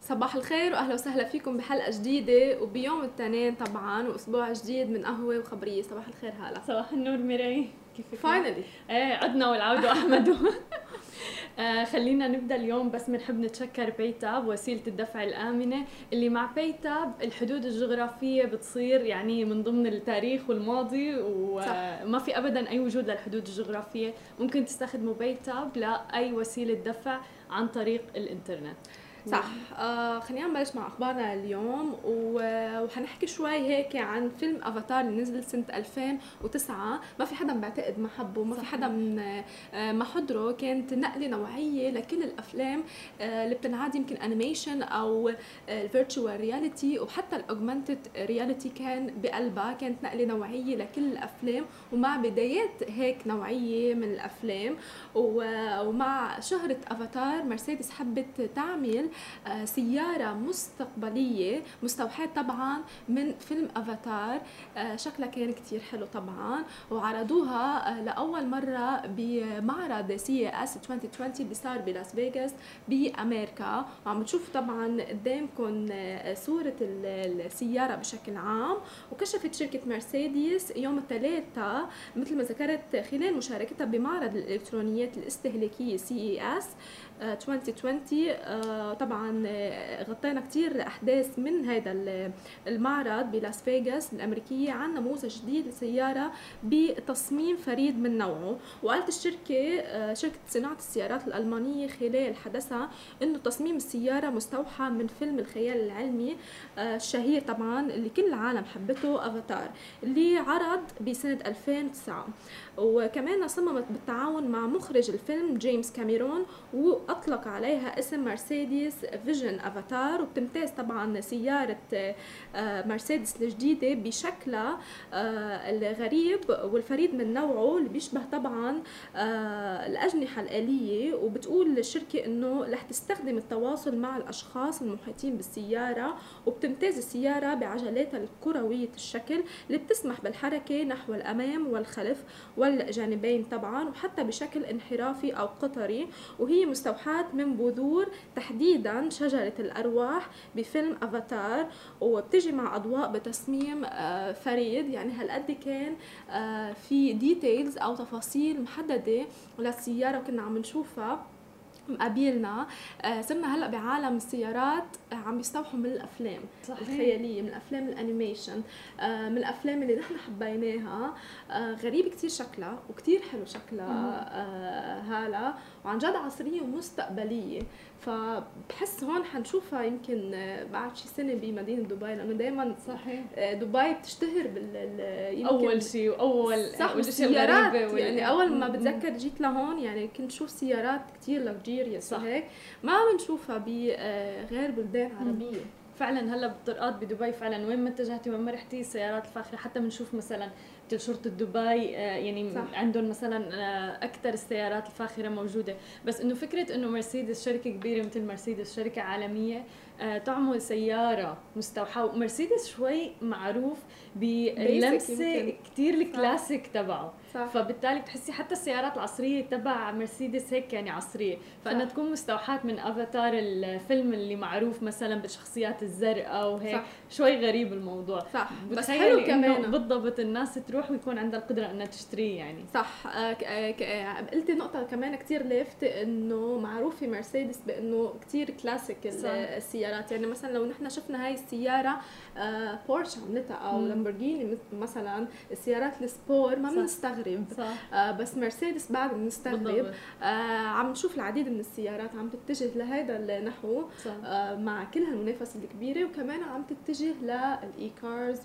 صباح الخير واهلا وسهلا فيكم بحلقه جديده وبيوم الاثنين طبعا واسبوع جديد من قهوه وخبريه. صباح الخير هلا. صباح النور ميراي، كيفك؟ فاينلي ايه عدنا والعودة احمد. خلينا نبدا اليوم، بس بنحب نتشكر بايتاب وسيله الدفع الامنه اللي مع بايتاب الحدود الجغرافيه بتصير يعني من ضمن التاريخ والماضي، وما في ابدا اي وجود للحدود الجغرافيه. ممكن تستخدموا بايتاب لاي وسيله دفع عن طريق الانترنت. صح. خلينا نبلش مع اخبارنا اليوم وحنحكي شوي هيك عن فيلم افاتار اللي نزل سنه 2009. ما في حدا بعتقد ما حبه، ما في حدا من ما حضره. كانت نقله نوعيه لكل الافلام اللي بتنعاد يمكن انيميشن او الفيرتشوال رياليتي وحتى الاوجمانتد رياليتي كان بقلبها. كانت نقله نوعيه لكل الافلام ومع بدايات هيك نوعيه من الافلام. ومع شهرة افاتار مرسيدس حبت تعمل سيارة مستقبلية مستوحاة طبعا من فيلم افاتار. شكلها كان كتير حلو طبعا، وعرضوها لأول مرة بمعرض سي اس 2020 اللي صار بلاس فيغاس بأمريكا. وعم تشوفوا طبعا قدامكم صورة السيارة بشكل عام. وكشفت شركة مرسيدس يوم الثلاثاء مثل ما ذكرت خلال مشاركتها بمعرض الإلكترونيات الاستهلاكية سي اس 2020. طبعا غطينا كتير احداث من هذا المعرض بلاس فيغاس الامريكيه عن نموذج جديد لسياره بتصميم فريد من نوعه. وقالت شركه صناعه السيارات الالمانيه خلال حدثها انه تصميم السياره مستوحى من فيلم الخيال العلمي الشهير طبعا اللي كل العالم حبته افاتار اللي عرض بسنه 2009. وكمان صممت بالتعاون مع مخرج الفيلم جيمس كاميرون واطلق عليها اسم مرسيدس فيجن افاتار. وبتمتاز طبعا سياره مرسيدس الجديده بشكلها الغريب والفريد من نوعه اللي بيشبه طبعا الاجنحه الاليه. وبتقول الشركه انه رح تستخدم التواصل مع الاشخاص المحيطين بالسياره. وبتمتاز السياره بعجلاتها الكرويه الشكل اللي بتسمح بالحركه نحو الامام والخلف والجانبين طبعا وحتى بشكل انحرافي او قطري. وهي مستوحاة من بذور تحديدا شجرة الأرواح بفيلم أفاتار. وبتجي مع أضواء بتصميم فريد. يعني هالقد كان في ديتيلز أو تفاصيل محددة للسيارة وكنا عم نشوفها مقابلنا. صرنا هلا بعالم السيارات عم يستوحوا من الافلام صحيح. الخياليه، من افلام الانيميشن، من الافلام اللي نحن حبيناها. غريب كتير شكلها وكتير حلو شكلها هالا، وعن جد عصريه ومستقبليه. فبحس هون حنشوفها يمكن بعد شي سنه بمدينه دبي، لانه دائما صحيح دبي بتشتهر يمكن اول شيء واول صح السيارات. يعني اول ما بتذكر جيت لهون يعني كنت شوف سيارات كتير لكجيريس وهيك ما بنشوفها بغير بلدان عربيه. فعلا هلا بالطرقات بدبي فعلا وين ما اتجهتي وين ما رحتي السيارات الفاخره. حتى بنشوف مثلا مثل شرطه دبي يعني صح. عندهم مثلا اكثر السيارات الفاخره موجوده. بس انه فكره انه مرسيدس شركه كبيره مثل مرسيدس شركه عالميه تعمل سياره مستوحاه. ومرسيدس شوي معروف باللمسه كتير الكلاسيك تبعه، فبالتالي بتحسي حتى السيارات العصريه تبع مرسيدس هيك يعني عصريه. فانها تكون مستوحاه من افاتار الفيلم اللي معروف مثلا بالشخصيات الزرقاء وهيك. شوي غريب الموضوع صح، بس حلو كمان بالضبط الناس تروح ويكون عندها القدره انها تشتريه يعني صح. قلتي نقطه كمان كتير لافتة انه معروف في مرسيدس بانه كتير كلاسيك السيارات. يعني مثلا لو نحن شفنا هاي السياره بورش عملتها او لامبورغيني مثلا السيارات السبور ما بنستغرب، بس مرسيدس بعد بنستغرب. عم نشوف العديد من السيارات عم تتجه لهذا النحو مع كل هالمنافسه الكبيره، وكمان عم تتجه للاي كارز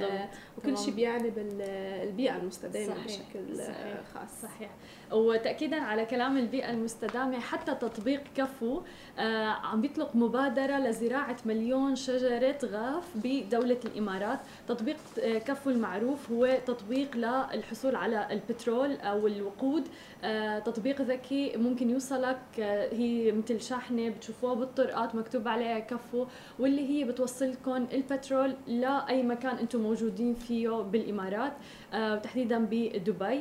وكل شيء بيعني بالبيئه المستدامه بشكل خاص. صحيح. وتاكيدا على كلام البيئه المستدامه، حتى تطبيق كفو عم بيطلق مبادره لزراعه 1,000,000 شجره غاف بدوله الامارات. تطبيق كفو المعروف هو تطبيق للحصول على البترول او الوقود. تطبيق ذكي ممكن يوصلك، هي مثل شاحنه بتشوفوها بالطرقات مكتوب عليها كفو، واللي هي بتوصلكم البترول لاي مكان انتم موجودين فيه بالامارات. وتحديدا بدبي.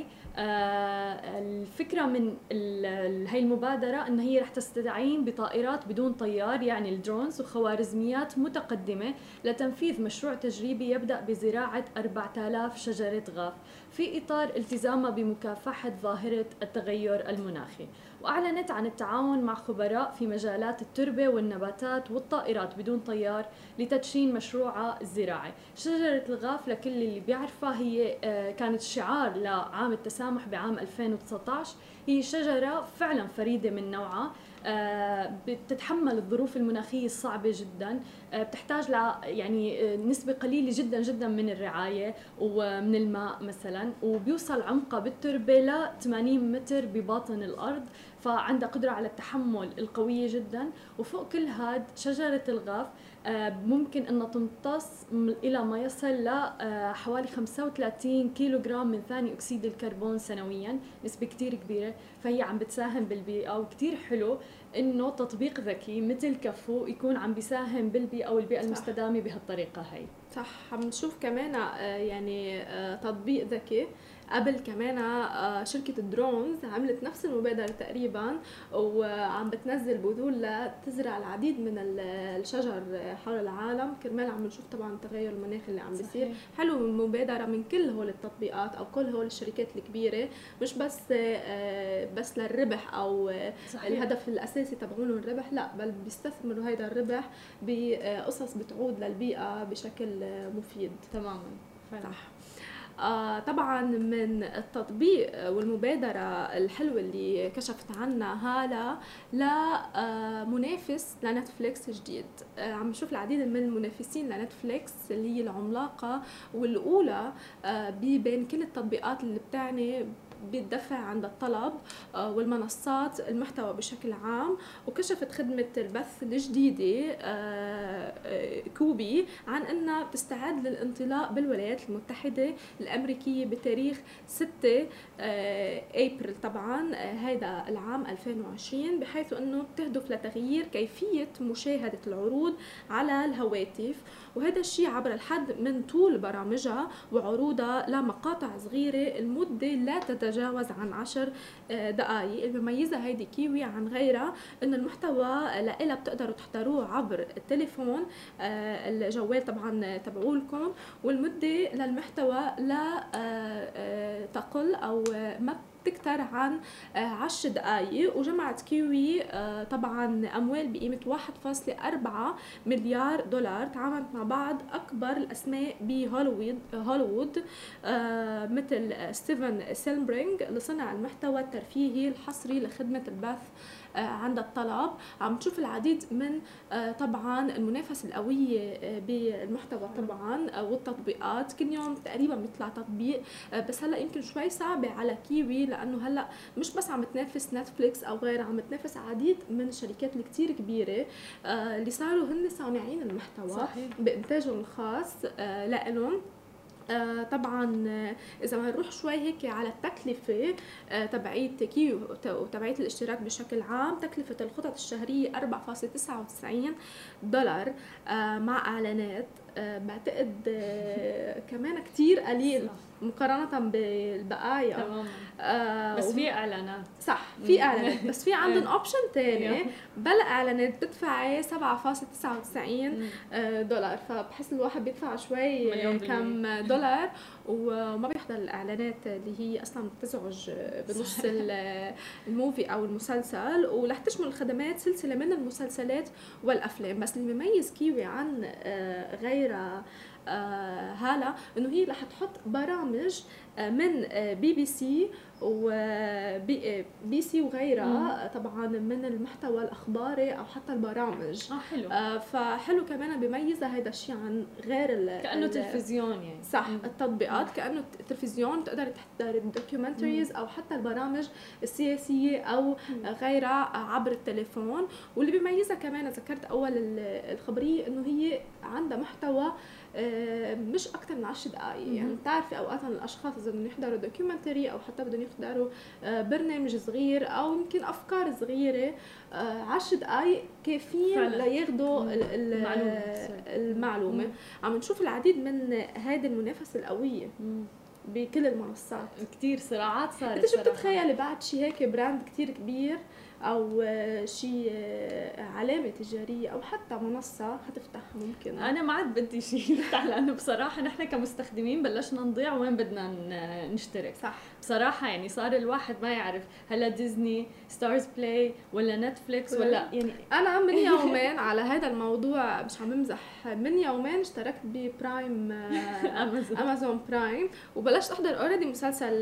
الفكرة من هاي المبادرة أن هي رح تستعين بطائرات بدون طيار يعني الدرونز وخوارزميات متقدمة لتنفيذ مشروع تجريبي يبدأ بزراعة 4000 شجرة غاف في إطار التزامها بمكافحة ظاهرة التغير المناخي. وأعلنت عن التعاون مع خبراء في مجالات التربة والنباتات والطائرات بدون طيار لتدشين مشروعها الزراعي. شجرة الغاف لكل اللي بيعرفها هي كانت شعار لعام التسامح بعام 2019. هي شجرة فعلا فريدة من نوعها، بتتحمل الظروف المناخية الصعبة جدا، بتحتاج ل يعني نسبة قليلة جدا جدا من الرعاية ومن الماء مثلا، وبيوصل عمقها بالتربة ل 80 متر بباطن الأرض، فعندها قدرة على التحمل القوية جدا. وفوق كل هاد شجرة الغاف ممكن أنها تمتص إلى ما يصل لحوالي 35 كيلوغرام من ثاني أكسيد الكربون سنويا، نسبة كتير كبيرة. فهي عم بتساهم بالبيئة، وكتير حلو إنه تطبيق ذكي مثل كفو يكون عم بيساهم بالبيئة والبيئة المستدامة بهالطريقة هاي. صح. عم نشوف كمان يعني تطبيق ذكي. قبل كمان شركة الدرونز عملت نفس المبادرة تقريبا، وعم بتنزل بذور لتزرع العديد من الشجر حول العالم كرمال عم نشوف طبعا التغير المناخي اللي عم بيصير. حلو المبادرة من كل هول التطبيقات او كل هول الشركات الكبيرة، مش بس للربح او صحيح. الهدف الاساسي تبعونه الربح، لا بل بيستثمروا هذا الربح بقصص بتعود للبيئة بشكل مفيد. تماما. صح. طبعا من التطبيق والمبادرة الحلوة اللي كشفت عنها هالة لمنافس لنتفليكس جديد. عم نشوف العديد من المنافسين لنتفليكس اللي هي العملاقة والأولى بين كل التطبيقات اللي بتعني بالدفع عند الطلب والمنصات المحتوى بشكل عام. وكشفت خدمة البث الجديدة كوبي عن أنها بتستعد للانطلاق بالولايات المتحدة الأمريكية بتاريخ 6 أبريل طبعا هذا العام 2020، بحيث أنه بتهدف لتغيير كيفية مشاهدة العروض على الهواتف، وهذا الشيء عبر الحد من طول برامجها وعروضها لمقاطع صغيرة المدة لا تتجاوز عن 10 دقائق. المميزة هيدي كيوي عن غيرها أن المحتوى لإلها بتقدروا تحضروه عبر التليفون الجوال طبعا تبعولكم، والمدة للمحتوى لا تقل أو ما تكتر عن 10 دقائق. وجمعت كيوي طبعا أموال بقيمة 1.4 مليار دولار، تعاملت مع بعض أكبر الأسماء بهوليوود مثل ستيفن سيلبرينغ لصنع المحتوى الترفيهي الحصري لخدمة البث عند الطلب. عم تشوف العديد من طبعا المنافسة القوية بالمحتوى طبعا والتطبيقات. كل يوم تقريبا بيطلع تطبيق، بس هلا يمكن شوي صعبة على كيوي لأنه هلا مش بس عم تنافس نتفليكس أو غيرها، عم تنافس عديد من الشركات الكتير كبيرة اللي صاروا هن صانعين المحتوى صحيح. بإنتاجهم الخاص لإلهم. طبعا اذا بنروح شوي هيك على التكلفه تبعيت كيو وتبعيت الاشتراك بشكل عام، تكلفه الخطط الشهريه 4.99 دولار مع اعلانات. بعتقد كمان كتير قليل مقارنة بالبقايا. بس في اعلانات. صح في اعلانات، بس في عندهم اوبشن تاني بلا اعلانات بتدفعي 7.99 دولار، فبحس الواحد بيدفع شوي كم دولار وما بيحضر الاعلانات اللي هي اصلا بتزعج بنص الموفي او المسلسل. ورح تشمل الخدمات سلسله من المسلسلات والافلام. بس اللي بيميز كيوي عن غيرها هالة انه هي رح تحط برامج من بي سي وبي سي وغيرها طبعا من المحتوى الاخباري او حتى البرامج. حلو. فحلو كمان بيميزها هذا الشيء عن غير كانه تلفزيون يعني. صح. التطبيقات كانه تلفزيون، تقدر تحضر الدوكيومنتريز او حتى البرامج السياسيه او غيرها عبر التليفون. واللي بيميزها كمان ذكرت اول الخبريه انه هي عندها محتوى مش اكثر من 10 دقائق. يعني بتعرفي اوقات الاشخاص اذا بدهم يحضروا دوكيومنتري او حتى بدهم يحضروا برنامج صغير او يمكن افكار صغيره 10 دقائق كافيين لياخذوا المعلومه. عم نشوف العديد من هذه المنافسه القويه بكل المنصات. كتير صراعات صارت. انت شو بتتخيلي بعد شيء هيك براند كتير كبير او شيء علامه تجاريه او حتى منصه حتفتح؟ ممكن انا ما عاد بدي شيء يفتح، لانه بصراحه نحن كمستخدمين بلشنا نضيع وين بدنا نشترك. صح بصراحه يعني صار الواحد ما يعرف هلا ديزني، ستارز بلاي، ولا نتفليكس، ولا يعني انا من يومين على هذا الموضوع مش عم بمزح، من يومين اشتركت ببرايم امازون برايم وبلشت احضر اوريدي مسلسل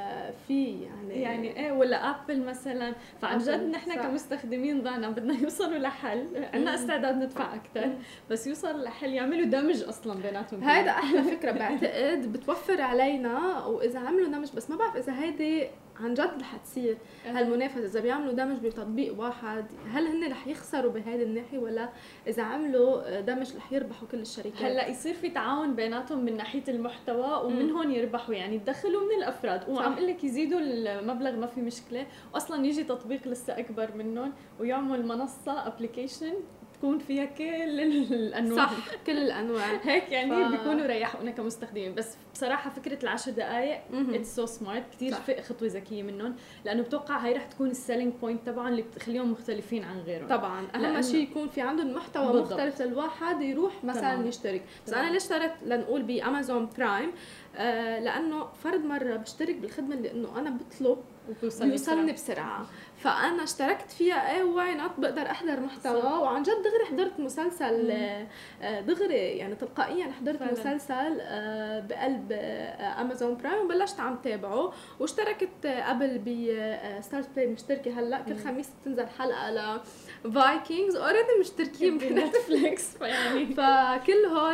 فيه يعني ايه، ولا ابل مثلا. فعن جد نحن كمستخدمين ضعنا، بدنا يوصلوا لحل، عندنا استعداد ندفع اكثر بس يوصل لحل يعملوا دمج اصلا بيناتهم. هذا احلى فكره بعتقد بتوفر علينا. واذا عملوا دمج، بس ما بعرف اذا هيدي عن جد رح تصير هالمنافسه، اذا بيعملوا دمج بتطبيق واحد هل هن رح يخسروا بهذه الناحيه، ولا اذا عملوا دمج رح يربحوا كل الشركات؟ هلا يصير في تعاون بيناتهم من ناحيه المحتوى ومن هون يربحوا، يعني يدخلوا من الافراد وعم اقول لك يزيدوا المبلغ ما في مشكله، واصلا يجي تطبيق لسه اكبر منهم ويعمل منصه ابلكيشن تكون فيها كل الانواع. صح كل الانواع هيك يعني بيكونوا ريحونا كمستخدمين. بس بصراحه فكره العشر دقائق اتس سو سمارت، كثير خطوه ذكيه منهم، لانه بتوقع هي رح تكون السيلينج بوينت طبعا اللي بتخليهم مختلفين عن غيرهم. طبعا اهم شيء يكون في عندهم محتوى بالضبط مختلف للواحد يروح مثلا يشترك. بس انا ليش اشتركت لنقول بامازون برايم؟ لانه فرد مره بشترك بالخدمه اللي انه انا بطلب بيوصلني بسرعه، فانا اشتركت فيها. ايه واي نوت، بقدر احضر محتوى صح. وعن جد دغري حضرت مسلسل دغري يعني تلقائيا حضرت فعلا مسلسل بقلب امازون برايم وبلشت عم تابعه. واشتركت قبل بستارز بلاي، مشتركه هلا كل خميس بتنزل حلقه ل فايكنجز، اوريدي مشتركين بنتفليكس فيعني فكل هول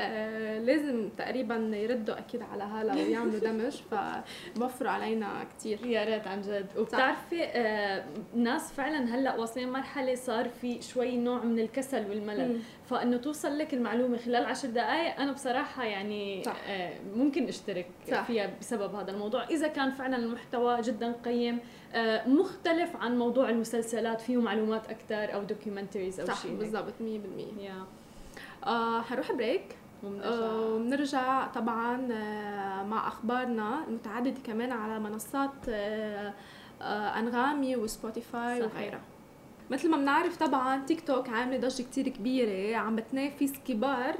لازم تقريبا يردوا اكيد على هلا ويعملوا دمج، فبوفروا علينا كتير. يا ريت عن جد. وبتعرفي ناس فعلا هلا واصلين مرحله صار في شوي نوع من الكسل والملل، فانه توصل لك المعلومه خلال 10 دقائق، انا بصراحه يعني ممكن اشترك فيها بسبب هذا الموضوع، اذا كان فعلا المحتوى جدا قيم مختلف عن موضوع المسلسلات، فيه معلومات اكثر او دوكيومنتريز او شيء. صح بالضبط 100%. حنروح بريك ونرجع طبعا مع اخبارنا المتعدده كمان على منصات انغامي وسبوتيفاي وغيرها. مثل ما بنعرف طبعا تيك توك عامله ضجه كتير كبيره، عم بتنافس كبار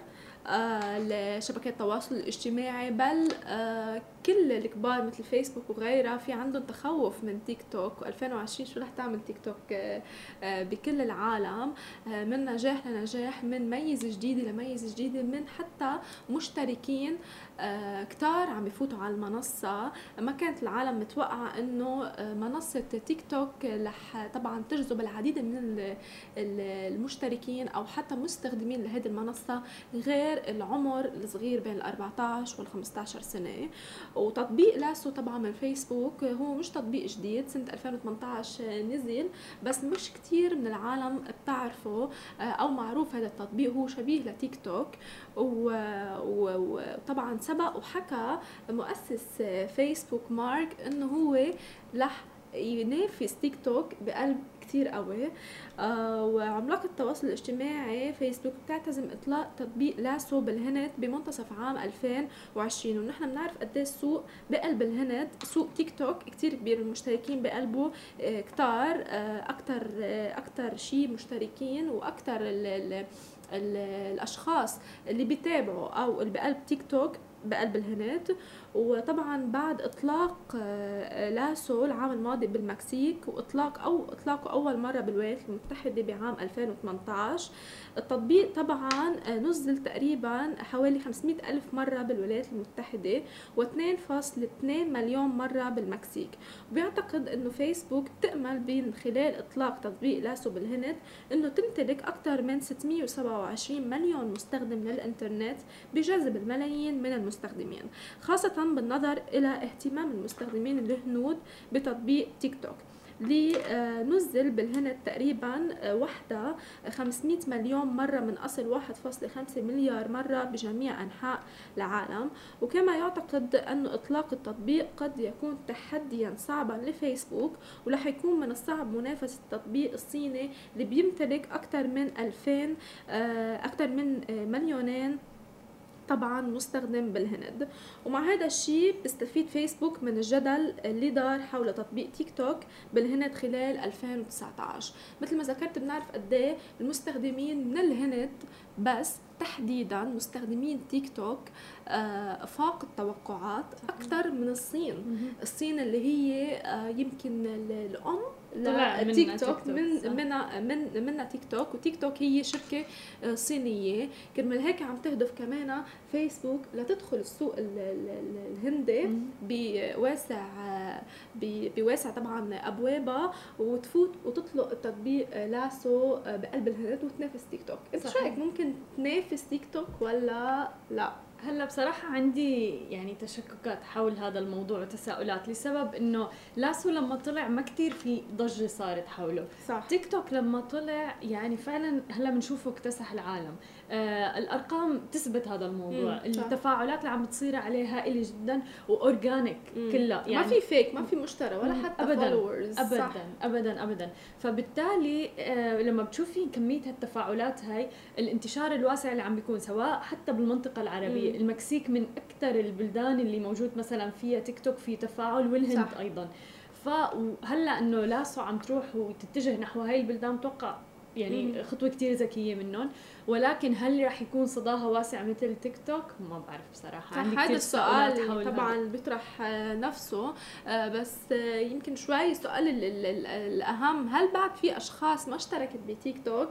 لشبكات التواصل الاجتماعي، بل كل الكبار مثل فيسبوك وغيرها في عندهم تخوف من تيك توك. و2020 شو رح تعمل تيك توك بكل العالم، من نجاح لنجاح، من ميزه جديده لميزه جديده، من حتى مشتركين كتار عم يفوتوا على المنصة. ما كانت العالم متوقعة انه منصة تيك توك رح طبعا تجذب العديد من المشتركين او حتى مستخدمين لهذه المنصة غير العمر الصغير بين 14 وال15 سنة. وتطبيق لاسو طبعا من فيسبوك هو مش تطبيق جديد، سنة 2018 نزل، بس مش كتير من العالم بتعرفه او معروف هذا التطبيق. هو شبيه لتيك توك، وطبعا سبق وحكى مؤسس فيسبوك مارك انه هو رح ينافس تيك توك بقلب كتير قوي. وعملاق التواصل الاجتماعي فيسبوك بتعتزم اطلاق تطبيق لاسو بالهند بمنتصف عام 2020. ونحن بنعرف قد ايه السوق بقلب الهند، سوق تيك توك كتير كبير، المشتركين بقلبه كتار، اكتر شيء مشتركين واكتر الاشخاص اللي بيتابعوا او اللي بقلب تيك توك بقلب الهند. وطبعا بعد اطلاق لاسو العام الماضي بالمكسيك واطلاقه اول مره بالولايات المتحده بعام 2018، التطبيق طبعا نزل تقريبا حوالي 500 ألف مرة بالولايات المتحدة و2.2 مليون مرة بالمكسيك. وبيعتقد انه فيسبوك بتأمل من خلال اطلاق تطبيق لاسو بالهند انه تمتلك اكثر من 627 مليون مستخدم للانترنت بجذب الملايين من المستخدمين، خاصة بالنظر الى اهتمام المستخدمين الهنود بتطبيق تيك توك اللي نزل بالهند تقريبا وحدة 500 مليون مرة من أصل 1.5 مليار مرة بجميع أنحاء العالم. وكما يعتقد أن إطلاق التطبيق قد يكون تحديا صعبا لفيسبوك، ورح يكون من الصعب منافسة التطبيق الصيني اللي بيمتلك أكثر من 2 مليون طبعا مستخدم بالهند. ومع هذا الشيء بيستفيد فيسبوك من الجدل اللي دار حول تطبيق تيك توك بالهند خلال 2019. مثل ما ذكرت بنعرف قد ايه المستخدمين من الهند بس تحديدا مستخدمين تيك توك فاق التوقعات اكثر من الصين. الصين اللي هي يمكن الام لتيك توك من تيك توك، وتيك توك هي شركه صينيه. كرمال هيك عم تهدف كمان فيسبوك لتدخل السوق الهندي بواسع طبعا ابوابها، وتفوت وتطلق التطبيق لاسو بقلب الهند وتنافس تيك توك. انت شو رايك، ممكن تنافس تيك توك ولا لا؟ هلا بصراحة عندي يعني تشككات حول هذا الموضوع وتساؤلات، لسبب انه لاسو لما طلع ما كتير في ضجة صارت حوله. صح. تيك توك لما طلع يعني فعلا هلا بنشوفه اكتسح العالم. الارقام تثبت هذا الموضوع. التفاعلات اللي عم بتصير عليه هائلة جدا واورجانيك كلها، يعني ما في فيك، ما في مشترى ولا حتى فولورز. ابدا صح. ابدا ابدا. فبالتالي لما بتشوفي كمية هالتفاعلات هاي، الانتشار الواسع اللي عم بيكون سواء حتى بالمنطقة العربية، المكسيك من اكثر البلدان اللي موجود مثلا فيها تيك توك في تفاعل، والهند صح. ايضا. فهلا انه لاسو عم تروح وتتجه نحو هاي البلدان، متوقع يعني خطوة كتير ذكية منهم. ولكن هل رح يكون صداها واسع مثل تيك توك؟ ما بعرف بصراحة. هذا السؤال طبعا بيطرح نفسه. بس يمكن شوي السؤال الأهم، هل بعد في أشخاص ما اشتركت بتيك توك؟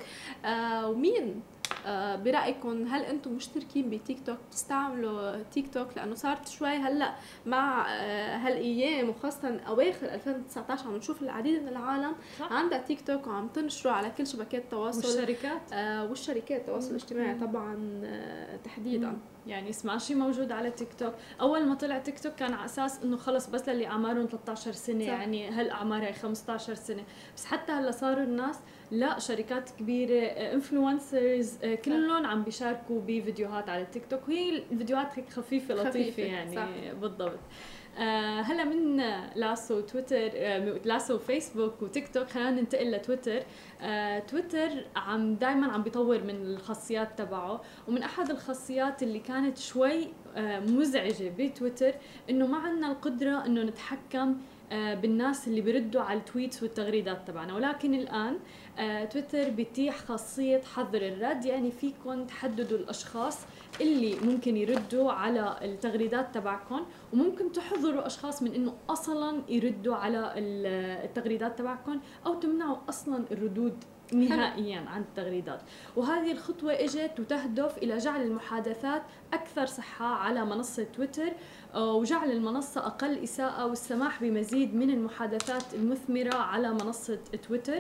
ومين برأيكم؟ هل أنتم مشتركين بتيك توك، بتستعملوا تيك توك؟ لأنه صارت شوي هلأ مع هالأيام وخاصة أواخر 2019 عم نشوف العديد من العالم عندها تيك توك وعم تنشره على كل شبكات التواصل، والشركات التواصل الاجتماعي طبعا تحديدا. يعني سماشي موجود على تيك توك. اول ما طلع تيك توك كان على اساس انه خلص بس للي اعمارهم 13 سنه صح. يعني هالاعمار هي 15 سنه بس. حتى هلا صاروا الناس لا، شركات كبيره، انفلونسرز، كلهم عم بيشاركوا بفيديوهات على تيك توك، وهي الفيديوهات هيك خفيفه لطيفه يعني صح. بالضبط. هلا من لاسو تويتر، لاسو فيسبوك وتيك توك، خلينا ننتقل لتويتر. تويتر دائما عم بيطور من الخاصيات تبعه. ومن احد الخاصيات اللي كانت شوي مزعجه بتويتر انه ما عندنا القدره انه نتحكم بالناس اللي بيردوا على التويتس والتغريدات تبعنا. ولكن الآن تويتر بيتيح خاصية حظر الرد، يعني فيكم تحددوا الأشخاص اللي ممكن يردوا على التغريدات تبعكم، وممكن تحظروا أشخاص من إنه أصلاً يردوا على التغريدات تبعكم، أو تمنعوا أصلاً الردود نهائياً عن التغريدات. وهذه الخطوة اجت وتهدف إلى جعل المحادثات أكثر صحة على منصة تويتر، وجعل المنصة أقل إساءة، والسماح بمزيد من المحادثات المثمرة على منصة تويتر،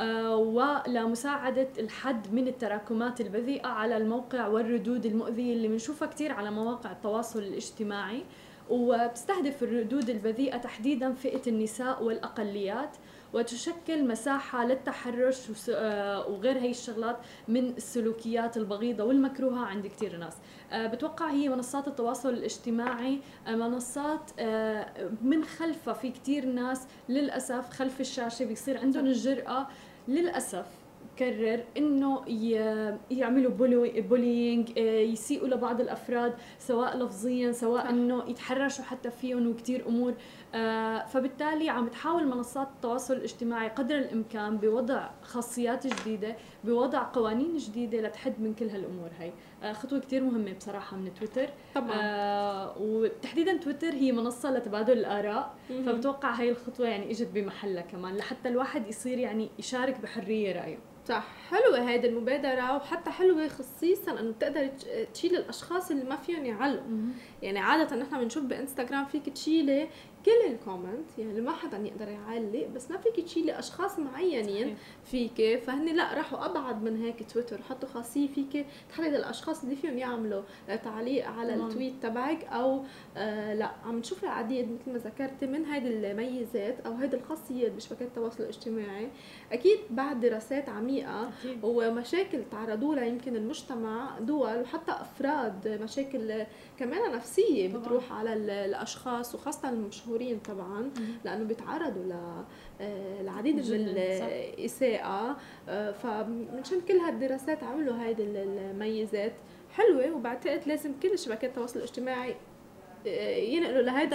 ولمساعدة الحد من التراكمات البذيئة على الموقع والردود المؤذية اللي بنشوفها كتير على مواقع التواصل الاجتماعي. وبتستهدف الردود البذيئة تحديدا فئة النساء والأقليات، وتشكل مساحة للتحرش وغير هي الشغلات من السلوكيات البغيضة والمكروهة عند كتير ناس. بتوقع هي منصات التواصل الاجتماعي منصات من خلفها في كتير ناس للأسف خلف الشاشة بيصير عندهم الجرأة للأسف كرر انه يعملوا بولينج، يسيئوا لبعض الافراد سواء لفظيا سواء انه يتحرشوا حتى فيهم وكتير امور. فبالتالي عم تحاول منصات التواصل الاجتماعي قدر الامكان بوضع خاصيات جديده، بوضع قوانين جديده لتحد من كل هالامور هاي. خطوه كتير مهمه بصراحه من تويتر طبعا. وتحديدا تويتر هي منصه لتبادل الاراء، فبتوقع هاي الخطوه يعني اجت بمحلها كمان لحتى الواحد يصير يعني يشارك بحريه رايه. صح، حلوة هيدي المبادرة، وحتى حلوة خصيصا انه بتقدر تشيل الاشخاص اللي ما فيهم يعلقوا. يعني عادة نحن بنشوف بانستغرام فيك تشيلي كل الكومنت، يعني ما حدا يقدر يعلق، بس ما فيك تشيلي اشخاص معينين فيك. فهني لا، راحوا ابعد من هيك تويتر، حطوا خاصية فيك تحدد الاشخاص اللي فيهم يعملوا تعليق على التويت تبعك او لا. عم نشوف العديد مثل ما ذكرتي من هيدي الميزات او هيدي الخاصيات بشبكات التواصل الاجتماعي، اكيد بعد دراسات عميقة ومشاكل تعرضوا لها يمكن المجتمع، دول وحتى افراد، مشاكل كمان نفسية بتروح على الاشخاص وخاصة المشهورين مشهورين طبعا لانه بيتعرضوا للعديد من الاساءه. فمنشان كل هالدراسات عملوا هيدي الميزات حلوه، وبعتقد لازم كل شبكات التواصل الاجتماعي ينقلوا لهذا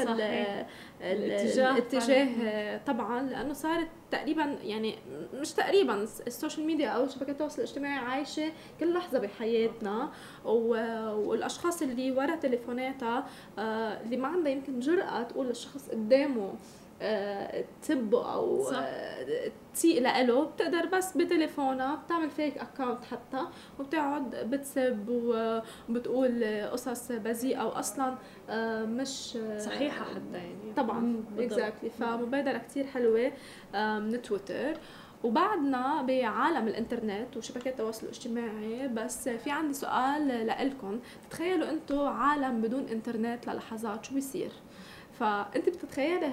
الاتجاه طبعا، لانه صارت تقريبا يعني مش تقريبا السوشيال ميديا او شبكات التواصل الاجتماعي عايشه كل لحظه بحياتنا، والاشخاص اللي ورا تليفوناتها اللي ما عندها يمكن جرأة تقول للشخص قدامه تسبه او تسيء له، بتقدر بس بتليفونها بتعمل فيك اكاونت حتى وبتقعد بتسب وبتقول قصص بذيئه واصلا مش صحيحه حتى يعني طبعا اكزاكتلي. فمبادره كتير حلوه من تويتر. وبعدنا بعالم الانترنت وشبكات التواصل الاجتماعي، بس في عندي سؤال لكم. تتخيلوا انتم عالم بدون انترنت للحظات شو بيصير؟ فانت بتتخيلي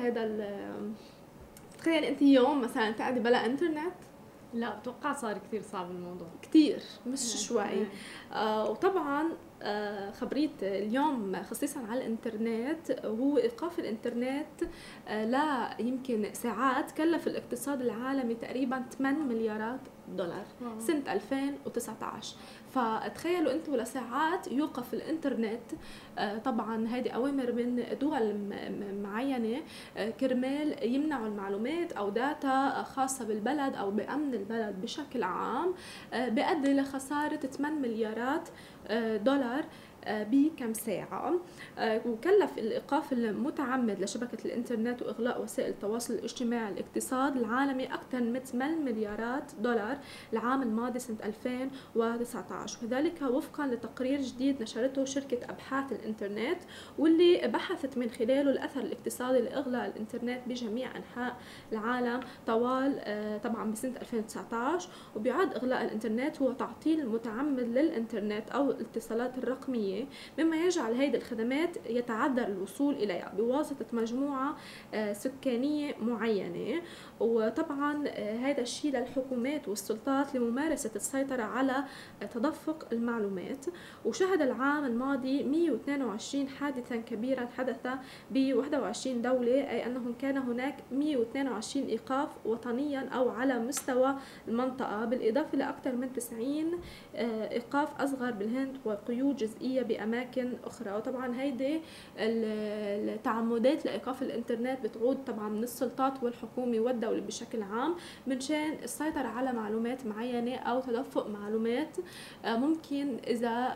تخيلي انت يوم مثلا قاعده بلا انترنت؟ لا اتوقع صار كثير صعب الموضوع، كثير مش شوي. وطبعا خبرية اليوم خصيصا على الانترنت هو ايقاف الانترنت لا يمكن ساعات كلف الاقتصاد العالمي تقريبا 8 مليارات دولار سنة 2019. فتخيلوا انتم لساعات يوقف الانترنت. طبعا هذه اوامر من دول معينه كرمال يمنعوا المعلومات او داتا خاصه بالبلد او بامن البلد بشكل عام، بيؤدي لخساره 8 مليارات دولار بكم ساعة. وكلف الإيقاف المتعمد لشبكة الإنترنت وإغلاق وسائل التواصل الاجتماعي الاقتصاد العالمي أكثر من 8 مليارات دولار العام الماضي سنة 2019، وذلك وفقا لتقرير جديد نشرته شركة أبحاث الإنترنت واللي بحثت من خلاله الأثر الاقتصادي لإغلاق الإنترنت بجميع أنحاء العالم طوال طبعا بسنة 2019. وبيعد إغلاق الإنترنت هو تعطيل متعمد للإنترنت أو الاتصالات الرقمية، مما يجعل هذه الخدمات يتعذر الوصول إليها بواسطة مجموعة سكانية معينة. وطبعا هذا الشيء للحكومات والسلطات لممارسة السيطرة على تدفق المعلومات. وشهد العام الماضي 122 حادثا كبيرا حدث ب 21 دولة، أي أنه كان هناك 122 إيقاف وطنيا أو على مستوى المنطقة، بالإضافة لأكثر من 90 إيقاف أصغر بالهند وقيود جزئية بأماكن أخرى. وطبعا هيدي التعمدات لإيقاف الإنترنت بتعود طبعا من السلطات والحكومة والدولة بشكل عام من شان السيطرة على معلومات معينة أو تدفق معلومات ممكن إذا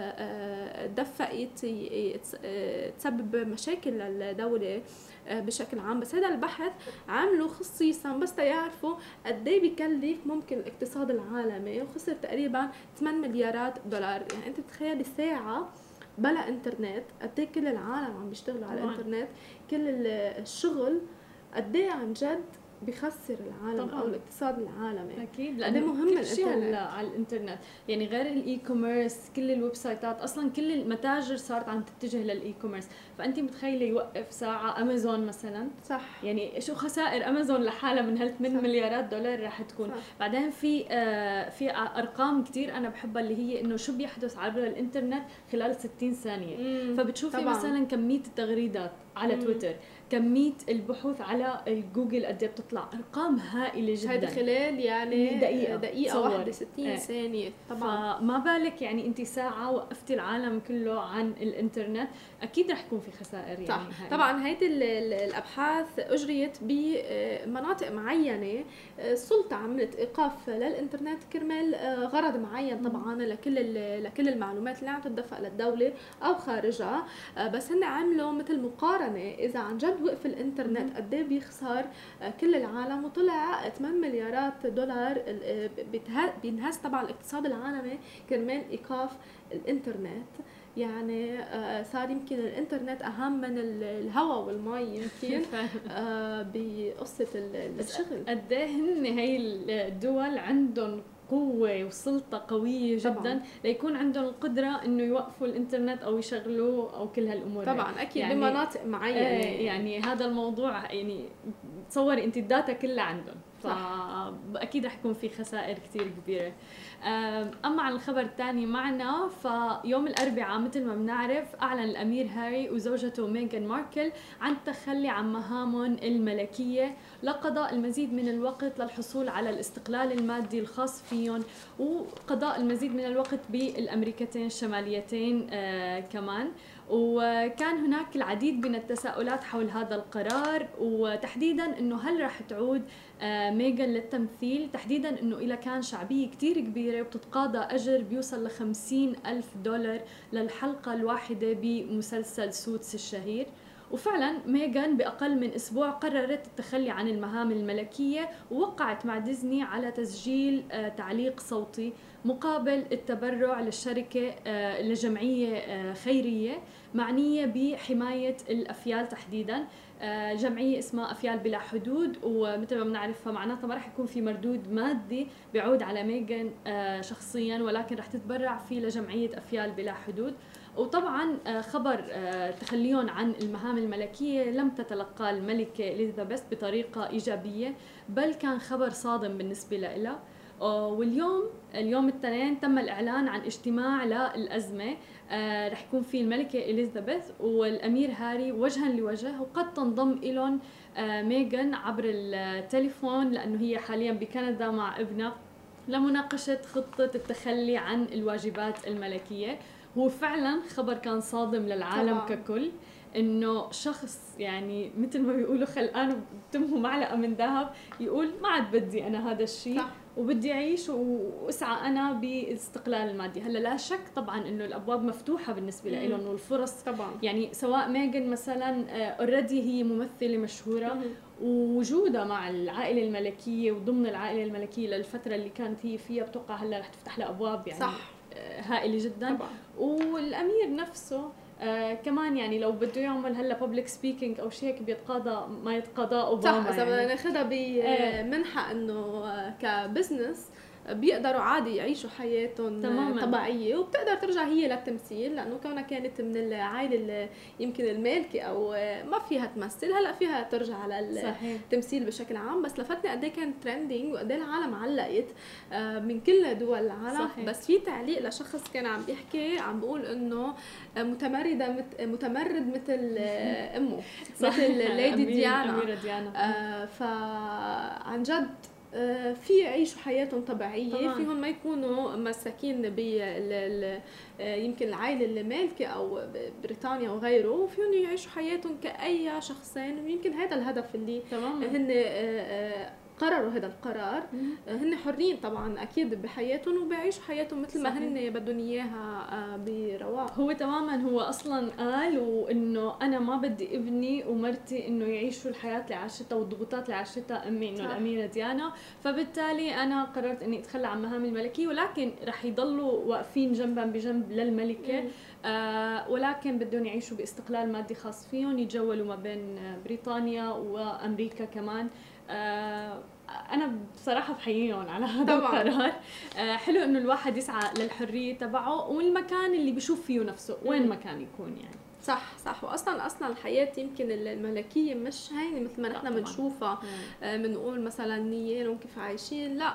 دفقت تسبب مشاكل للدولة بشكل عام. بس هذا البحث عملوا خصيصا بس يعرفوا قد ايه بكلف ممكن الاقتصاد العالمي، وخسر تقريبا 8 مليارات دولار. يعني انت بتخيلي ساعة بلا انترنت قد ايه كل العالم عم بيشتغلوا على الانترنت، كل الشغل قد ايه عن جد بخسر العالم طبعاً. او الاقتصاد العالمي اكيد، لانه مهم الانترنت على الانترنت. يعني غير الاي كوميرس كل الويب سايتات اصلا كل المتاجر صارت عم تتجه للاي كوميرس. فانت متخيله يوقف ساعه امازون مثلا، صح، يعني شو خسائر امازون لحالها من هال 8 مليارات دولار رح تكون. صح. بعدين في ارقام كتير انا بحبها اللي هي انه شو بيحدث عبر الانترنت خلال 60 ثانيه. فبتشوفي طبعاً. مثلا كميه التغريدات على تويتر، كمية البحوث على الجوجل قد ايه بتطلع، ارقام هائله جدا. هذا خلال يعني دقيقه واحده 60 ثانيه طبعا. فما بالك يعني انت ساعه وقفتي العالم كله عن الانترنت، اكيد رح يكون في خسائر. صح. يعني طبعا هيدي الابحاث اجريت بمناطق معينه، السلطه عملت ايقاف للانترنت كرمال غرض معين طبعا لكل المعلومات اللي عم تدفق للدوله او خارجها. بس هن عملوا مثل مقارنه اذا عن جد وقف الانترنت قد ايه بيخسر كل العالم، وطلع 8 مليارات دولار بينهز طبعا الاقتصاد العالمي كرمال ايقاف الانترنت. يعني صار يمكن الانترنت اهم من الهواء والمي يمكن بقصه الشغل. قد ايه هن هي الدول عندهم قوة وسلطة قوية جدا طبعاً. ليكون عندهم القدرة انه يوقفوا الانترنت او يشغلوه او كل هالامور طبعا اكيد يعني بمناطق معينة. يعني هذا الموضوع يعني تصوري انت الداتا كلها عندهم، فأكيد رح يكون في خسائر كتير كبيرة. أما عن الخبر الثاني معنا، فيوم الأربعاء مثل ما بنعرف أعلن الأمير هاري وزوجته ميغان ماركل عن التخلي عن مهامهم الملكية لقضاء المزيد من الوقت للحصول على الاستقلال المادي الخاص فيهم، وقضاء المزيد من الوقت بالأمريكتين الشماليتين كمان. وكان هناك العديد من التساؤلات حول هذا القرار، وتحديدا انه هل راح تعود ميغان للتمثيل، تحديدا انه إلى كان شعبية كتير كبيرة وبتتقاضى أجر بيوصل ل$50,000 للحلقة الواحدة بمسلسل سوتس الشهير. وفعلا ميغان بأقل من أسبوع قررت التخلي عن المهام الملكية، ووقعت مع ديزني على تسجيل تعليق صوتي مقابل التبرع للشركة لجمعية خيرية معنية بحماية الأفيال، تحديدا جمعية اسمها أفيال بلا حدود. ومثل ما بنعرف فمعناتها ما رح يكون في مردود مادي بيعود على ميغان شخصيا، ولكن رح تتبرع فيه لجمعية أفيال بلا حدود. وطبعا خبر تخليهم عن المهام الملكية لم تتلقى الملكة إليزابيث بطريقة إيجابية، بل كان خبر صادم بالنسبة لها. واليوم الاثنين تم الإعلان عن اجتماع للأزمة رح يكون فيه الملكة إليزابيث والأمير هاري وجها لوجه، وقد تنضم إلهم ميغان عبر التليفون لأنه هي حاليا بكندا مع ابنها لمناقشة خطة التخلي عن الواجبات الملكية. هو فعلا خبر كان صادم للعالم طبعا. ككل انه شخص يعني مثل ما بيقولوا خلقان بتمه معلقه من ذهب يقول ما عاد بدي انا هذا الشيء، وبدي اعيش واسعى انا بالاستقلال المادي. هلا لا شك طبعا انه الابواب مفتوحه بالنسبه لهم والفرص طبعا، يعني سواء ميغان مثلا اوريدي هي ممثله مشهوره ووجودها مع العائله الملكيه وضمن العائله الملكيه للفتره اللي كانت هي فيها، بتوقع هلا رح تفتح لها ابواب يعني صح. هائله جدا طبعا. والامير نفسه كمان يعني لو بده يعمل هلا بابليك سبيكينج او شيء هيك بيتقاضى ما يتقاضى اوباما صح. اذا بدنا ناخذها بمنحى انه كبزنس بيقدروا عادي يعيشوا حياتهم طبيعيه، وبتقدر ترجع هي للتمثيل لانه كونها كانت من العائله اللي يمكن المالكه او ما فيها تمثل، هلا فيها ترجع على التمثيل بشكل عام. بس لفتني قد ايه كان ترندينج وقد ايه العالم علقت من كل دول العالم صحيح. بس في تعليق لشخص كان عم بيحكي عم بيقول انه متمرد مثل امه مثل ليدي ديانا فعن جد في يعيشوا حياتهم طبيعيه طبعاً. فيهم ما يكونوا مساكين يمكن العائله اللي مالكه او بريطانيا وغيره، وفيهم يعيشوا حياتهم كأي شخصين. ويمكن هذا الهدف اللي هن قرروا هذا القرار. هن حرين طبعا اكيد بحياتهم وبيعيشوا حياتهم مثل ما هن بدهم اياها برواق. هو تماما هو اصلا قال وانه انا ما بدي ابني ومرتي انه يعيشوا الحياه اللي عاشتها والضغوطات اللي عاشتها امي انه الاميره ديانا، فبالتالي انا قررت اني اتخلى عن مهامي الملكيه، ولكن رح يضلوا واقفين جنبا بجنب للملكه ولكن بدهم يعيشوا باستقلال مادي خاص فيهم، يتجولوا ما بين بريطانيا وامريكا كمان. أنا بصراحة بحييهم على هذا طبعاً. القرار. حلو إنه الواحد يسعى للحرية تبعه والمكان اللي بيشوف فيه نفسه وين ما كان يكون يعني. صح. واصلا الحياه يمكن الملكيه مش هينه مثل ما نحن بنشوفها بنقول مثلا نيالهم كيف عايشين، لا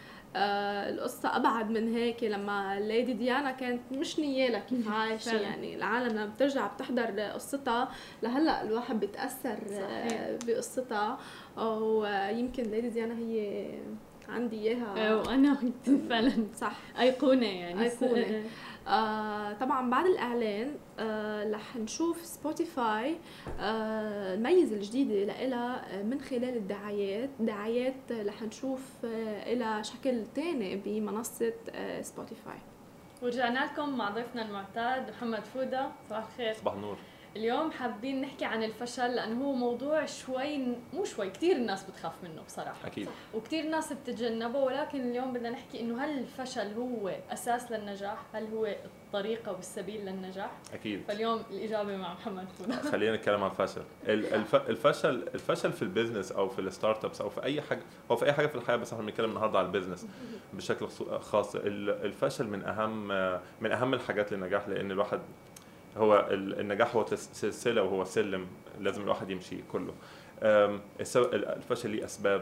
القصة أبعد من هيك. لما ليدي ديانا كانت مش نيالة كيف عايشة يعني العالم لما بترجع بتحضر قصتها لهلأ الواحد بيتأثر بقصتها. ويمكن ليدي ديانا هي عندي إياها وأنا فعلا صح أيقونة يعني أيقونة. طبعا بعد الإعلان رح نشوف سبوتيفاي الميزة الجديدة لها من خلال دعايات رح نشوف لها شكل تاني بمنصة سبوتيفاي. ورجعنا لكم مع ضيفنا المعتاد محمد فودة. صباح الخير. صباح النور. اليوم حابين نحكي عن الفشل لأنه هو موضوع مو شوي كتير الناس بتخاف منه بصراحة أكيد. وكتير الناس بتتجنبه، ولكن اليوم بدنا نحكي إنه هل الفشل هو أساس للنجاح؟ هل هو الطريقة والسبيل للنجاح؟ أكيد. فاليوم الإجابة مع محمد فودة. خلينا نتكلم عن الفشل. الفشل في البيزنس أو في الستارت ابس أو في أي حاجة أو في أي حاجة في الحياة، بس احنا بنتكلم النهارده على البيزنس بشكل خاص. الفشل من أهم الحاجات للنجاح، لأن الواحد هو النجاح هو سلسلة وهو سلم لازم الواحد يمشي كله. الفشل ليه اسباب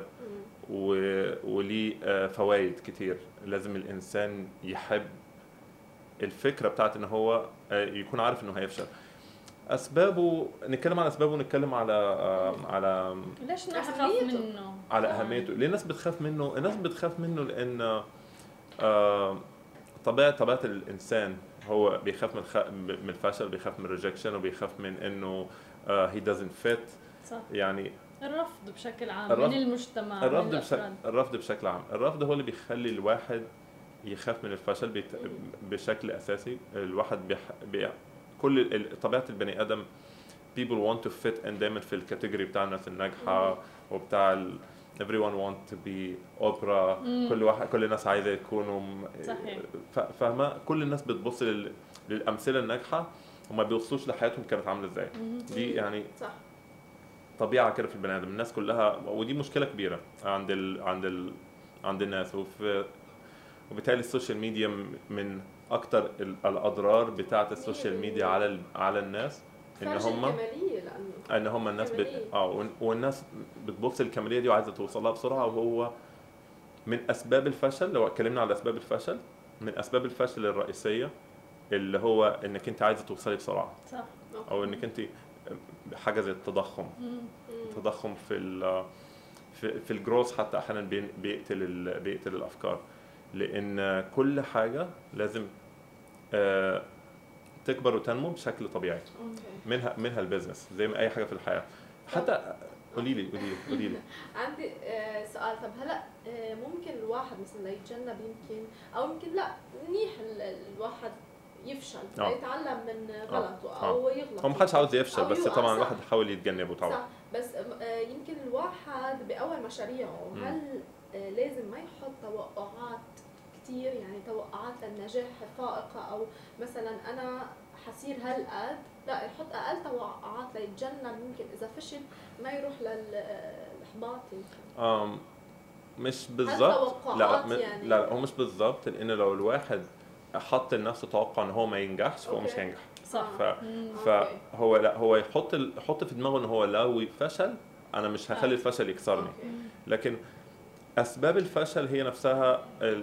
وليه فوائد كتير. لازم الانسان يحب الفكره بتاعت ان هو يكون عارف انه هيفشل. اسبابه، نتكلم عن اسبابه ونتكلم على ليش الناس تخاف منه، على اهميته. ليه الناس بتخاف منه؟ الناس بتخاف منه لان طبيعه الانسان هو بيخاف من الفشل، بيخاف من الريجكشن، وبيخاف من انه he doesn't fit. صح. يعني الرفض بشكل عام من المجتمع، الرفض بشكل عام. الرفض هو اللي بيخلي الواحد يخاف من الفشل بشكل اساسي. الواحد كل طبيعه البني ادم people want to fit in دايما في الكاتيجوري بتاع الناس الناجحه وبتاع everyone want to be Oprah. كل الناس عايزه يكونوا صحيح. فاهمه؟ كل الناس بتبص للامثله الناجحه وما بيبصوش لحياتهم كانت عامله ازاي. دي يعني صح طبيعه كده في البني ادم. الناس كلها، ودي مشكله كبيره عند الناس. وبالتالي السوشيال ميديا من اكتر الاضرار بتاعه السوشيال ميديا على الناس ان هم الناس والناس بتبص الكماليه دي وعايزه توصلها بسرعه. وهو من اسباب الفشل، لو اتكلمنا على اسباب الفشل، من اسباب الفشل الرئيسيه اللي هو انك انت عايزه توصلي بسرعه. صح. او انك انت حاجه زي التضخم في الجروث حتى احيانا بيقتل الافكار. لان كل حاجه لازم تكبر وتنمو بشكل طبيعي. منها البيزنس زي ما اي حاجه في الحياه. حتى قولي لي عندي سؤال. طب هلا ممكن الواحد مثلا يتجنب يمكن او يمكن لا منيح الواحد يفشل يتعلم من غلطه او يغلط. هو ما حدش عاوز يفشل، بس طبعا الواحد يحاول يتجنبه طبعا. صح. بس يمكن الواحد باول مشاريعه هل لازم ما يحط توقعات كتير، يعني توقعات للنجاح فائقة، او مثلا انا حصير هالقد، لا يحط اقل توقعات ليتجنب ممكن اذا فشل ما يروح للاحباط يمكن. مش بالضبط. لا هو مش بالضبط، لان لو الواحد حط لنفسه توقع ان هو ما ينجحش فهو مش هينجح. صح. فهو لا، هو يحط في دماغه ان هو لو فشل انا مش هخلي الفشل يكسرني. لكن اسباب الفشل هي نفسها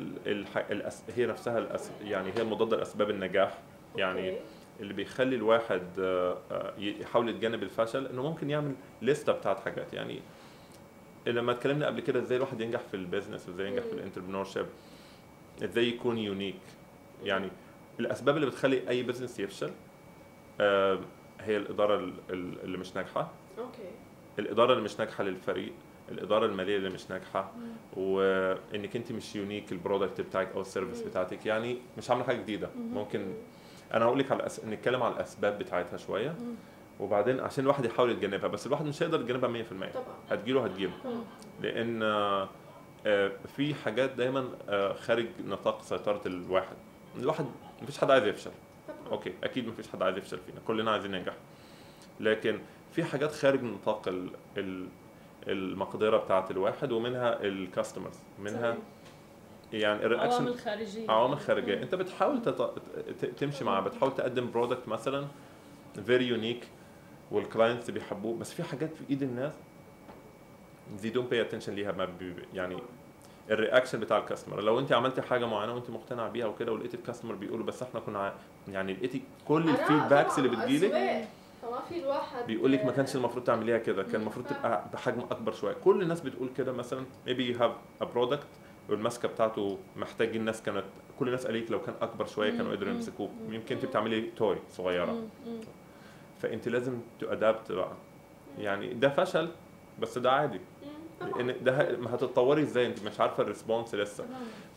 يعني هي مضادة لاسباب النجاح. يعني اللي بيخلي الواحد يحاول يتجنب الفشل انه ممكن يعمل لستة بتاعت حاجات. يعني لما اتكلمنا قبل كده ازاي الواحد ينجح في البيزنس وازاي ينجح في الانتربرنور شيب، ازاي يكون يونيك. يعني الاسباب اللي بتخلي اي بيزنس يفشل هي الاداره اللي مش ناجحه. الاداره اللي مش ناجحه للفريق، الاداره الماليه اللي مش ناجحه، وانك انت مش يونيك البرودكت بتاعك او السيرفيس بتاعتك، يعني مش عامله حاجه جديده. ممكن انا هقول لك نتكلم على الاسباب بتاعتها شويه وبعدين عشان الواحد يحاول يتجنبها. بس الواحد مش هيقدر يتجنبها 100%. طبعا هتجيله لان في حاجات دايما خارج نطاق سيطره الواحد. مفيش حد عايز يفشل. اوكي اكيد مفيش حد عايز يفشل فينا، كلنا عايزين ننجح. لكن في حاجات خارج نطاق المقدره بتاعه الواحد، ومنها الكاستمرز، منها يعني الرياكشن، عوامل خارجيه. انت بتحاول تمشي معاه، بتحاول تقدم برودكت مثلا فيري يونيك والكلاينتس بيحبوه، بس في حاجات في ايد الناس they don't pay attention ليها. يعني الرياكشن بتاع الكاستمر، لو انت عملتي حاجه معينه وانت مقتنع بيها وكده ولقيتي الكاستمر بيقولوا بس احنا كنا يعني لقيتي كل الفيدباكس اللي بتجيلك فما في الواحد بيقول لك ما كانش المفروض تعمليها كده، كان المفروض تبقى بحجم اكبر شويه. كل الناس بتقول كده. مثلا maybe you have a product والماسكه بتاعته محتاج الناس كانت كل الناس قالت لو كان اكبر شويه كانوا قدروا يمسكوه. يمكن انت بتعملي توي صغيره فانت لازم تادابت بقى. يعني ده فشل بس ده عادي، لان ده ما هتتطوري ازاي انت مش عارفه الريسبونس لسه.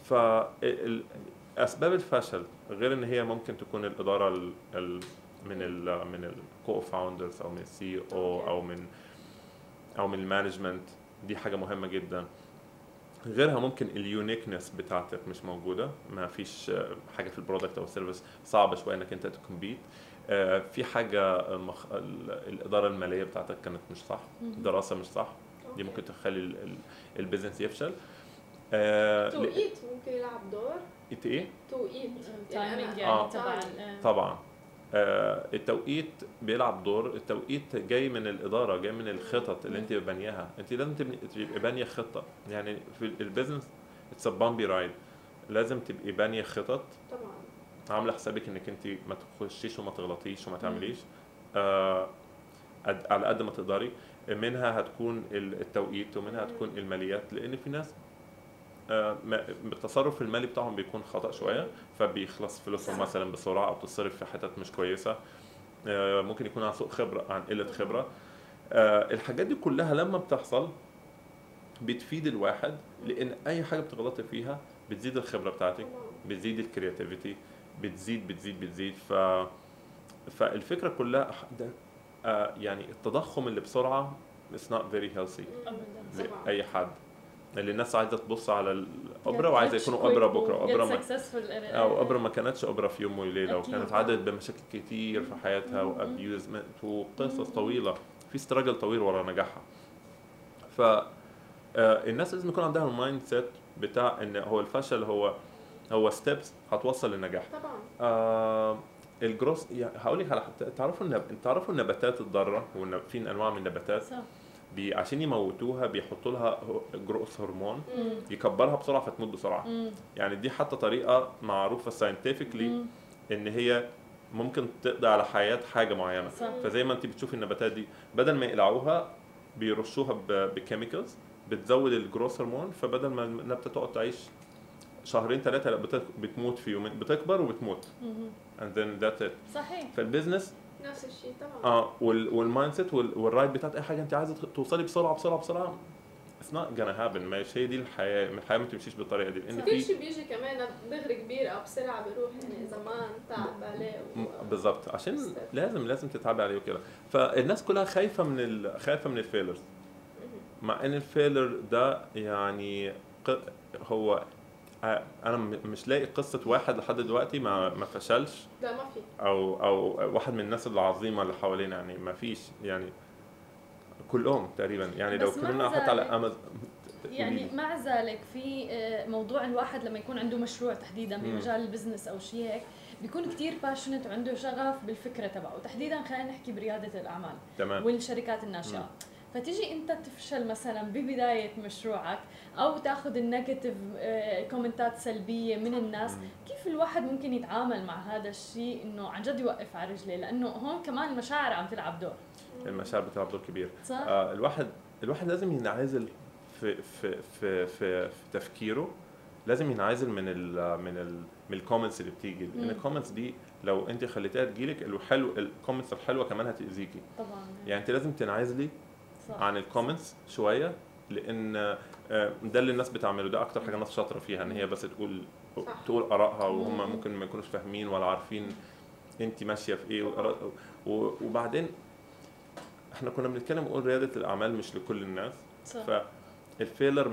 فاسباب الفشل غير ان هي ممكن تكون الاداره من الكو فاوندرز او من السي او او من المانجمنت، دي حاجه مهمه جدا. غيرها ممكن اليونيكنس بتاعتك مش موجوده، ما فيش حاجه في البرودكت او السيرفيس صعبه شويه انك انت تكمبيت. في حاجه الاداره الماليه بتاعتك كانت مش صح، دراسه مش صح، دي ممكن تخلي البيزنس يفشل. توقيت ممكن يلعب دور. ايه؟ توقيت تايمينج يعني طبعا التوقيت بيلعب دور. التوقيت جاي من الاداره، جاي من الخطط اللي انت بانياها. انت لازم تبقي بانيه خطه. يعني في البيزنس اتس بامبي رايد، لازم تبقي بانيه خطط طبعا، عامله حسابك انك انت ما تخشيش وما تغلطيش وما تعمليش على قد ما تقدري. منها هتكون التوقيت، ومنها هتكون الماليات، لان في ناس التصرف المالي بتاعهم بيكون خطأ شويه، فبيخلص فلوسهم مثلا بسرعه او تصرف في حتت مش كويسه. ممكن يكون عن سوء خبره، عن قله خبره. الحاجات دي كلها لما بتحصل بتفيد الواحد، لان اي حاجه بتغلطي فيها بتزيد الخبره بتاعتك، بتزيد الكرياتيفيتي، بتزيد. فالفكره كلها ده يعني التضخم اللي بسرعه it's not very healthy لاي حد. اللي الناس عايزه تبص على الاوبرا وعايزه يكونوا اوبرا بكره، اوبرا ما كانتش اوبرا في يوم وليله، وكانت عدت بمشاكل كتير في حياتها وابيوزمنت وقصص طويله، في ستراجل طويل ورا نجاحها. ف الناس لازم يكون عندها المايند سيت بتاع ان هو الفشل هو ستيبس هتوصل للنجاح. طبعا الجروس يعني هقول لك على تعرفوا النباتات الضاره، في انواع من النباتات عشان يموتوها بيحطوا لها جروث هرمون يكبرها بسرعه فتموت بسرعه. يعني دي حتى طريقه معروفه ساينتفكلي ان هي ممكن تقضي على حياه حاجه معينه. فزي ما انت بتشوفي النباتات دي بدل ما يقلعوها بيرشوها بكيميكالز بتزود الجروث هرمون، فبدل ما النبته تقعد تعيش شهرين ثلاثه لا بتموت في يومين، بتكبر وبتموت and then that's it. صحيح. فالبيزنس نفس الشيء طبعا. والمايند سيت والرايت بتاعت اي حاجه انت عايزه توصلي بسرعه it's not gonna happen. مش هي دي الحياه ما تمشيش بالطريقه دي، لان كل شيء بيجي كمان دغري كبير او بسرعه بيروح، يعني زمان تعب عليه بالضبط، عشان لازم تتعبي عليه وكده. فالناس كلها خايفه من الفيلرز، مع ان الفيلر ده يعني هو انا مش لاقي قصه واحد لحد دلوقتي ما فشلش. لا ما في، او واحد من الناس العظيمه اللي حوالينا، يعني ما فيش، يعني كلهم تقريبا. يعني لو كنا حتى على امازون يعني مع ذلك في موضوع الواحد لما يكون عنده مشروع تحديدا بمجال البزنس او شيء هيك بيكون كتير باشنت وعنده شغف بالفكره تبعه، وتحديدا خلينا نحكي برياده الاعمال. تمام. والشركات الناشئه. فتيجي انت تفشل مثلا ببدايه مشروعك او تاخذ النيجاتيف كومنتات سلبيه من الناس، كيف الواحد ممكن يتعامل مع هذا الشيء انه عن جد يوقف على رجليه؟ لانه هون كمان المشاعر عم تلعب دور. المشاعر بتلعب دور كبير. صح؟ الواحد لازم ينعزل في تفكيره، لازم ينعزل من الكومنتس اللي بتيجي، لان الكومنتس دي لو انت خليتيها تجيلك الكومنتس الحلوه كمان هتاذيكي. طبعا. يعني انت لازم تنعزلي عن الكومنتس شويه، لان ده اللي الناس بتعمله، ده اكتر حاجه الناس شاطره فيها، ان هي بس تقول ارائها، وهم ممكن ما يكونوش فاهمين ولا عارفين انت ماشيه في ايه. وبعدين احنا كنا بنتكلم نقول رياده الاعمال مش لكل الناس. صح. فالفيلر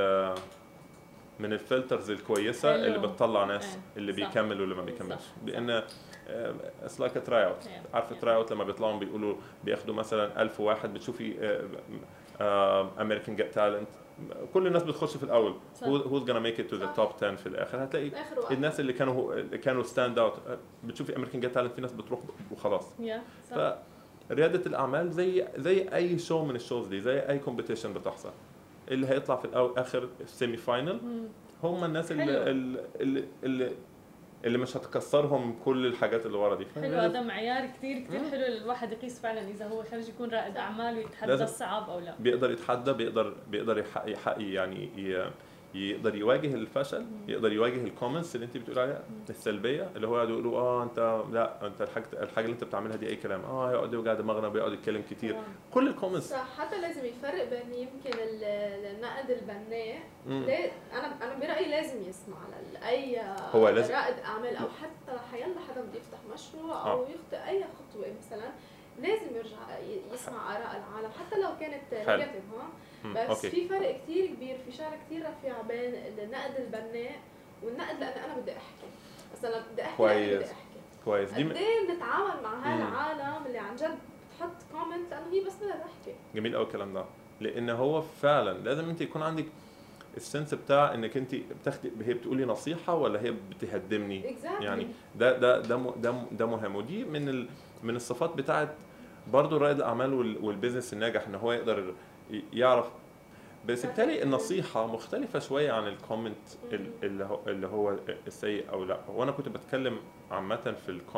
من الفلترز الكويسه اللي بتطلع ناس اللي بيكمل واللي ما بيكملش، لان it's like a tryout. عارفه tryout لما بيطلعوا بيقولوا بياخدوا مثلا 1000 واحد، بتشوفي American Got Talent كل الناس بتخش في الاول who's gonna make it to the top 10 في الاخر، هتلاقي الناس اللي كانوا stand out. بتشوفي American Got Talent في ناس بتروح وخلاص. فرياده الاعمال زي اي شو من الشوز دي، زي اي كومبيتيشن بتحصل، اللي هيطلع في اخر السيمي فاينل هم الناس اللي مش هتكسرهم كل الحاجات اللي ورا دي. حلو، هذا معيار كتير حلو الواحد يقيس فعلا اذا هو خرج يكون رائد اعمال ويتحدى الصعاب او لا. بيقدر يتحدى، بيقدر يحقق، يعني يقدر يواجه الفشل، يقدر يواجه الكومنتس اللي انت بتقول عليها السلبيه، اللي هو يقولوا انت لا انت الحاجه اللي انت بتعملها دي اي كلام، يقعد يوجع دماغنا ويقعد يتكلم كتير. كل الكومنتس صح. حتى لازم يفرق بين يمكن النقد البناء. انا برايي لازم يسمع لاي رائد اعمال او حتى حيلا حدا بده يفتح مشروع او يخطئ اي خطوه مثلا، لازم يرجع يسمع اراء العالم حتى لو كانت نيجاتيف. بس في فرق كتير كبير، في شارع كتير رفيع بين النقد البناء والنقد لأن أنا بدي أحكي. مثلا بدي أحكي كويس. قد ايه بنتعامل مع هالعالم اللي عن جد بتحط كومنت لأنه هي بس بدها تحكي. جميل قوي الكلام ده، لأن هو فعلا لازم أنت يكون عندك السنس بتاع انك انت بتاخدي، هي بتقولي نصيحه ولا هي بتهدمني. exactly. يعني ده مهم، ودي من الصفات بتاعت برضو رائد الاعمال والبيزنس الناجح، ان هو يقدر يعرف. بس بالتالي النصيحه مختلفه شويه عن الكومنت اللي هو السيء او لا. وانا كنت بتكلم عامه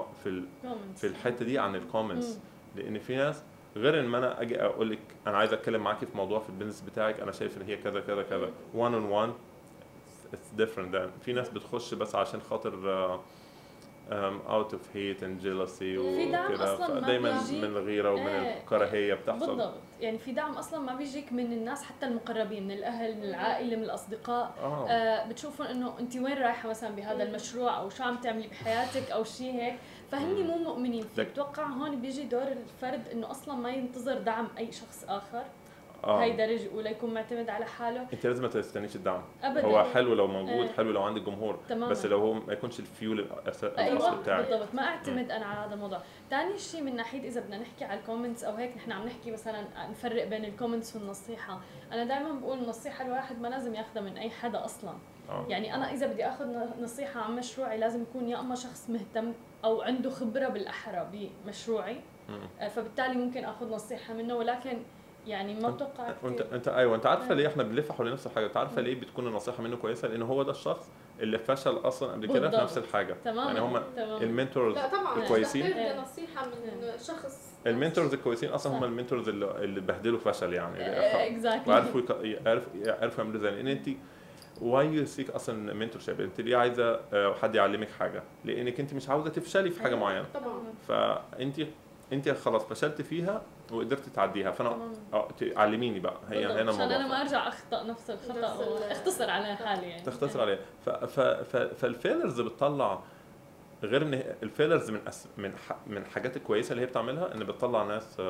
في الحته دي عن الكومنتس، لان في ناس غير ان انا اجي اقول لك انا عايز اتكلم معاكي في موضوع في البيزنس بتاعك، انا شايف ان هي كذا كذا كذا one on one it's different. في ناس بتخش بس عشان خاطر out of hate and jealousy وكده، دايما من الغيره ومن الكراهيه بتحصل. بالضبط، يعني في دعم اصلا ما بيجيك من الناس حتى المقربين، من الاهل، من العائله، من الاصدقاء. بتشوفوا انه انت وين رايحه مثلا بهذا المشروع، او شو عم تعملي بحياتك او شيء هيك، فهني مو مؤمنين فيه. بتوقع هون بيجي دور الفرد انه اصلا ما ينتظر دعم اي شخص اخر. هاي درجة أولى، يكون معتمد على حاله. انت لازم ما تستنيش الدعم أبداً. هو حلو لو موجود، حلو لو عندك جمهور، تماماً. بس لو هو ما يكونش الفيول الأساسي بتاعك. بالضبط، ما اعتمد انا على هذا الموضوع. ثاني شيء من ناحيه اذا بدنا نحكي على الكومنتس او هيك، نحن عم نحكي مثلا نفرق بين الكومنتس والنصيحه. انا دائما بقول النصيحه الواحد ما لازم ياخذها من اي حدا اصلا. يعني انا اذا بدي اخذ نصيحه عن مشروعي لازم يكون يا اما شخص مهتم او عنده خبره بالاحرى بمشروعي، فبالتالي ممكن اخذ نصيحه منه، ولكن يعني ما بتوقع انت عارفه ليه احنا بنلف حول نفس الحاجه؟ انت عارفه ليه بتكون النصيحه منه كويسه؟ لان هو ده الشخص اللي فشل اصلا قبل كده في نفس الحاجه. يعني هم المنتورز الكويسين. لا نصيحه من شخص. المنتورز الكويسين اصلا هم المنتورز اللي بهدلوا فشل يعني. وعرفوا يعرفوا يعملوا زي. لان انت واي يو سيك اصلا منتور شيب؟ انت ليه عايزه حد يعلمك حاجه؟ لانك انت مش عاوزه تفشلي في حاجه معينه. فانت خلاص فشلت فيها وقدرت تعديها، فانا علميني بقى. هي هنا الموضوع عشان انا ما ارجع اخطا نفس الخطا واختصر على حالي يعني. تختصر عليه. فالفيلرز بتطلع، غير ان الفيلرز من الحاجات الكويسه اللي هي بتعملها، ان بتطلع ناس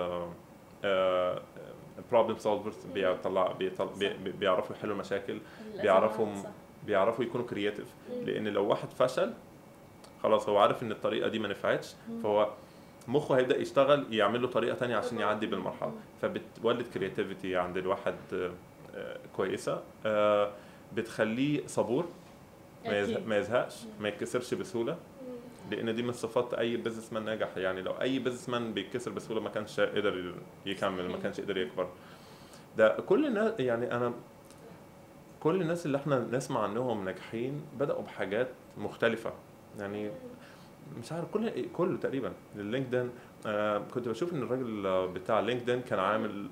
بروبلم سولفرز، بيعرفوا يحلوا المشاكل، بيعرفوا يكونوا كرييتيف. لان لو واحد فشل خلاص هو عارف ان الطريقه دي ما نفعتش، فهو مخه هيبدا يشتغل يعمل له طريقه ثانيه عشان يعدي بالمرحله. فبتولد كرياتيفيتي عند الواحد كويسه، بتخليه صبور، ما يزهقش، ما يتكسرش بسهوله. لان دي من صفات اي بزنس مان ناجح. يعني لو اي بزنس مان بيتكسر بسهوله ما كانش قدر يكمل، ما كانش قدر يكبر. ده كل الناس، يعني كل الناس اللي احنا نسمع عنهم ناجحين بداوا بحاجات مختلفه. يعني مش عارف كله تقريبا. اللينكدين، كنت بشوف ان الراجل بتاع لينكدين كان عامل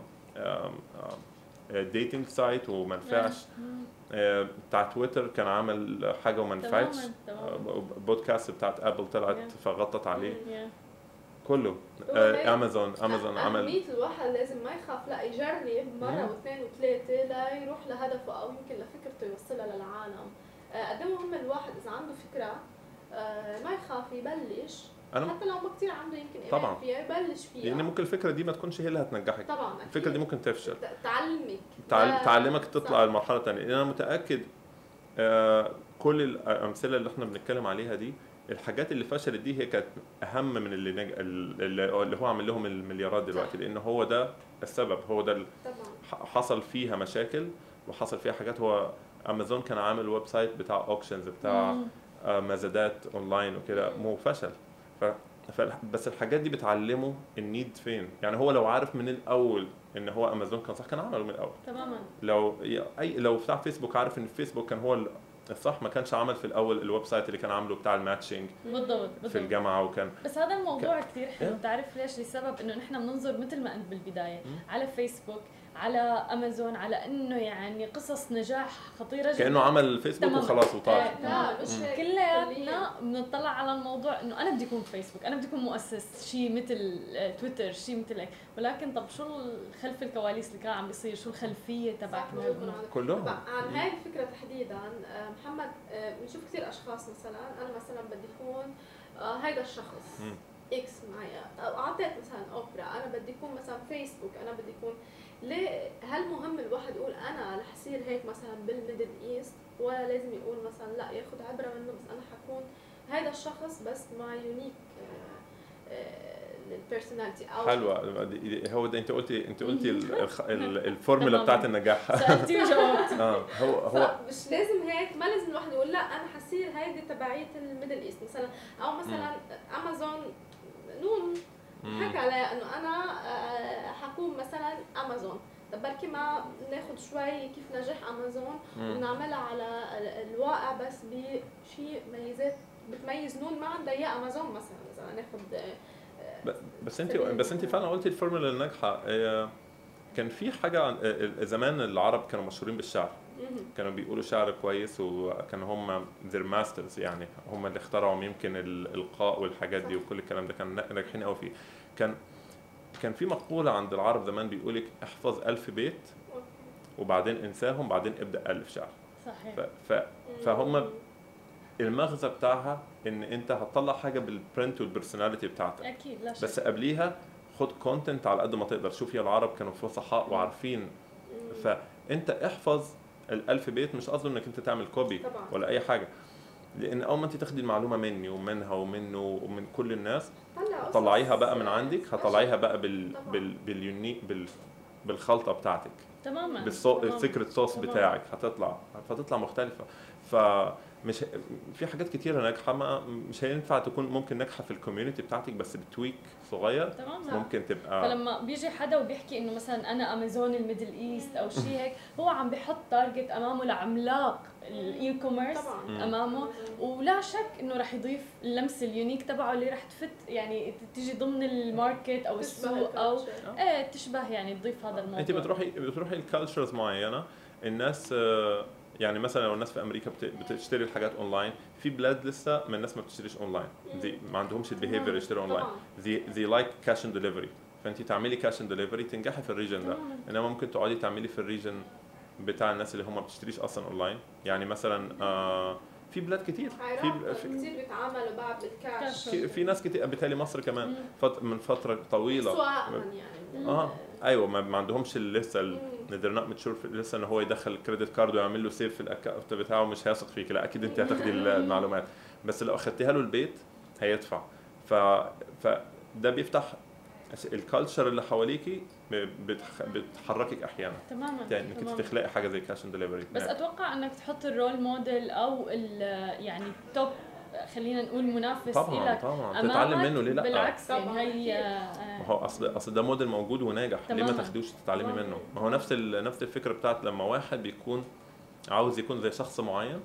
ديتنج سايت وما نفعش. بتاع تويتر كان عامل حاجه وما نفعتش. بودكاست بتاعت ابل طلعت فغطت عليه. كله امازون عمل. أهمية الواحد لازم ما يخاف، لا يجرب مرة واثنين وثلاثة لا يروح لهدفه أو يمكن لفكرته يوصلها للعالم. قد ايه مهم الواحد إذا عنده فكرة ما يخاف يبلش، حتى لو ما كتير عنده يمكن طبعا فيها يبلش فيها. لان ممكن الفكره دي ما تكونش هي اللي هتنجحك. طبعا الفكره دي ممكن تفشل، تعلمك تطلع المرحله الثانيه. لان انا متاكد كل الامثله اللي احنا بنتكلم عليها دي، الحاجات اللي فشلت دي هي كانت اهم من اللي هو عامل لهم المليارات دلوقتي. لان هو ده السبب، هو ده حصل فيها مشاكل وحصل فيها حاجات. هو امازون كان عامل ويب سايت بتاع اوكشنز، بتاع مزادات اونلاين وكده، مو فشل. بس الحاجات دي بتعلمه النيد فين. يعني هو لو عارف من الاول ان هو امازون كان صح كان عمله من الاول تماما. لو بتاع فيسبوك عارف ان فيسبوك كان هو الصح، ما كانش عمل في الاول الويب سايت اللي كان عامله بتاع الماتشنج بالضبط في الجامعه. وكان بس هذا الموضوع كثير حلو. بتعرف ليش؟ لسبب انه نحن بننظر مثل ما انت بالبدايه على فيسبوك، على امازون، على انه يعني قصص نجاح خطيره جدا، كانه عمل فيسبوك وخلاص وطار. لا مش كلياتنا بنطلع على الموضوع انه انا بدي اكون فيسبوك، انا بدي اكون مؤسس شيء مثل تويتر، شيء مثل هيك. ولكن طب شو خلف الكواليس اللي كان عم بيصير؟ شو الخلفيه تبعك كلهم عن هاي الفكره تحديدا؟ محمد، بنشوف كثير اشخاص، مثلا انا مثلا بدي اكون هيدا الشخص اكس معي، او اعطيت مثلا اوبرا، انا بدي اكون مثلا فيسبوك، انا بدي اكون. ليه هل مهم الواحد يقول انا رح اصير هيك مثلا بالميدل ايست، ولا لازم يقول مثلا لا ياخذ عبره منه بس انا حكون هذا الشخص بس مع يونيك للبيرسوناليتي او حلوه. هو ده انت قلتي الفورمولا بتاعت النجاح. سالتي وجاوبتي. هو مش لازم هيك، ما لازم الواحد يقول لا انا حصير هيدي تبعيه الميدل ايست مثلا، او مثلا امازون نون حكى عليها انه انا حكون مثلا امازون. طب بركي ما ناخذ شوي كيف نجاح امازون ونعملها على الواقع بس بشيء ميزات بتميز نون ما عندها اياه امازون مثلا ناخذ. بس انت فعلا قلتي الفورمولا الناجحه. كان في حاجه زمان العرب كانوا مشهورين بالشعر، كانوا بيقولوا شعر كويس، وكانوا هم their masters، يعني هم اللي اخترعوا يمكن الالقاء والحاجات دي وكل الكلام ده، كان ناجحين قوي فيه. كان في مقوله عند العرب زمان بيقولك احفظ 1000 بيت وبعدين انساهم، بعدين ابدا الف شعر. صحيح. فهم المغزى بتاعها ان انت هتطلع حاجه بالبرنت والبرسوناليتي بتاعتك اكيد لا شك. بس قبليها خد كونتنت على قد ما تقدر. شوفي العرب كانوا فصحاء وعارفين، فانت احفظ ال1000 بيت، مش قصده انك انت تعمل كوبي ولا اي حاجه، لان اول ما انت تاخدي المعلومه مني ومنها ومنه ومن كل الناس طلعيها بقى من عندك، هطلعيها بقى باليونيك بالخلطه بتاعتك تماما، بالسيكريت صوص بتاعك، هتطلع مختلفه. فمش في حاجات كتيره ناجحه، مش هينفع تكون ممكن ناجحه في الكوميونتي بتاعتك، بس بتويك صغير تماما. ممكن تبقى. فلما بيجي حدا وبيحكي انه مثلا انا امازون الميدل ايست او شيء هيك، هو عم بيحط تارجت امامه لعملاق الاي كوميرس امامه، ولا شك انه رح يضيف اللمسه اليونيك تبعه اللي رح تفت يعني تيجي ضمن الماركت او السوق او تشبه، يعني تضيف هذا الموضوع. انت بتروحي الكالتشرز معينه، الناس يعني مثلا لو الناس في امريكا بتشتري الحاجات اونلاين، في بلاد لسه من الناس ما بتشتريش اونلاين، دي ما عندهمش البيهيفير يشتروا اونلاين، زي لايك كاش اند ديليفري، فانت تعملي كاش اند ديليفري تنجحي في الريجن ده. انما ممكن تقعدي تعملي في الريجن بتاع الناس اللي هم ما بتشتريش اصلا اونلاين، يعني مثلا في بلاد كتير كتير بيتعاملوا بعد بالكاش، في ناس كتير، بالتالي مصر كمان من فتره طويله يعني ايوه ما عندهمش لسه they're not mature لسه ان هو يدخل الكريدت كارد ويعمل له سيف في الاكونت بتاعه، مش هيثق فيك، لا اكيد انت هتاخدي المعلومات، بس لو اخدتيها له البيت هيدفع. فده بيفتح الكالتشر اللي حواليكي، بتحركك احيانا تماما يعني انك تخلقي حاجه زي كاش اند ديليفري. بس اتوقع انك تحط الرول موديل او يعني توب، خلينا نقول منافس طبعا تتعلم منه، ليه لا؟ بالعكس يعني هي ما هو اصل ده موديل موجود وناجح، ليه ما تاخدوش تتعلمي منه؟ ما هو نفس الفكره بتاعت لما واحد بيكون عاوز يكون زي شخص معين،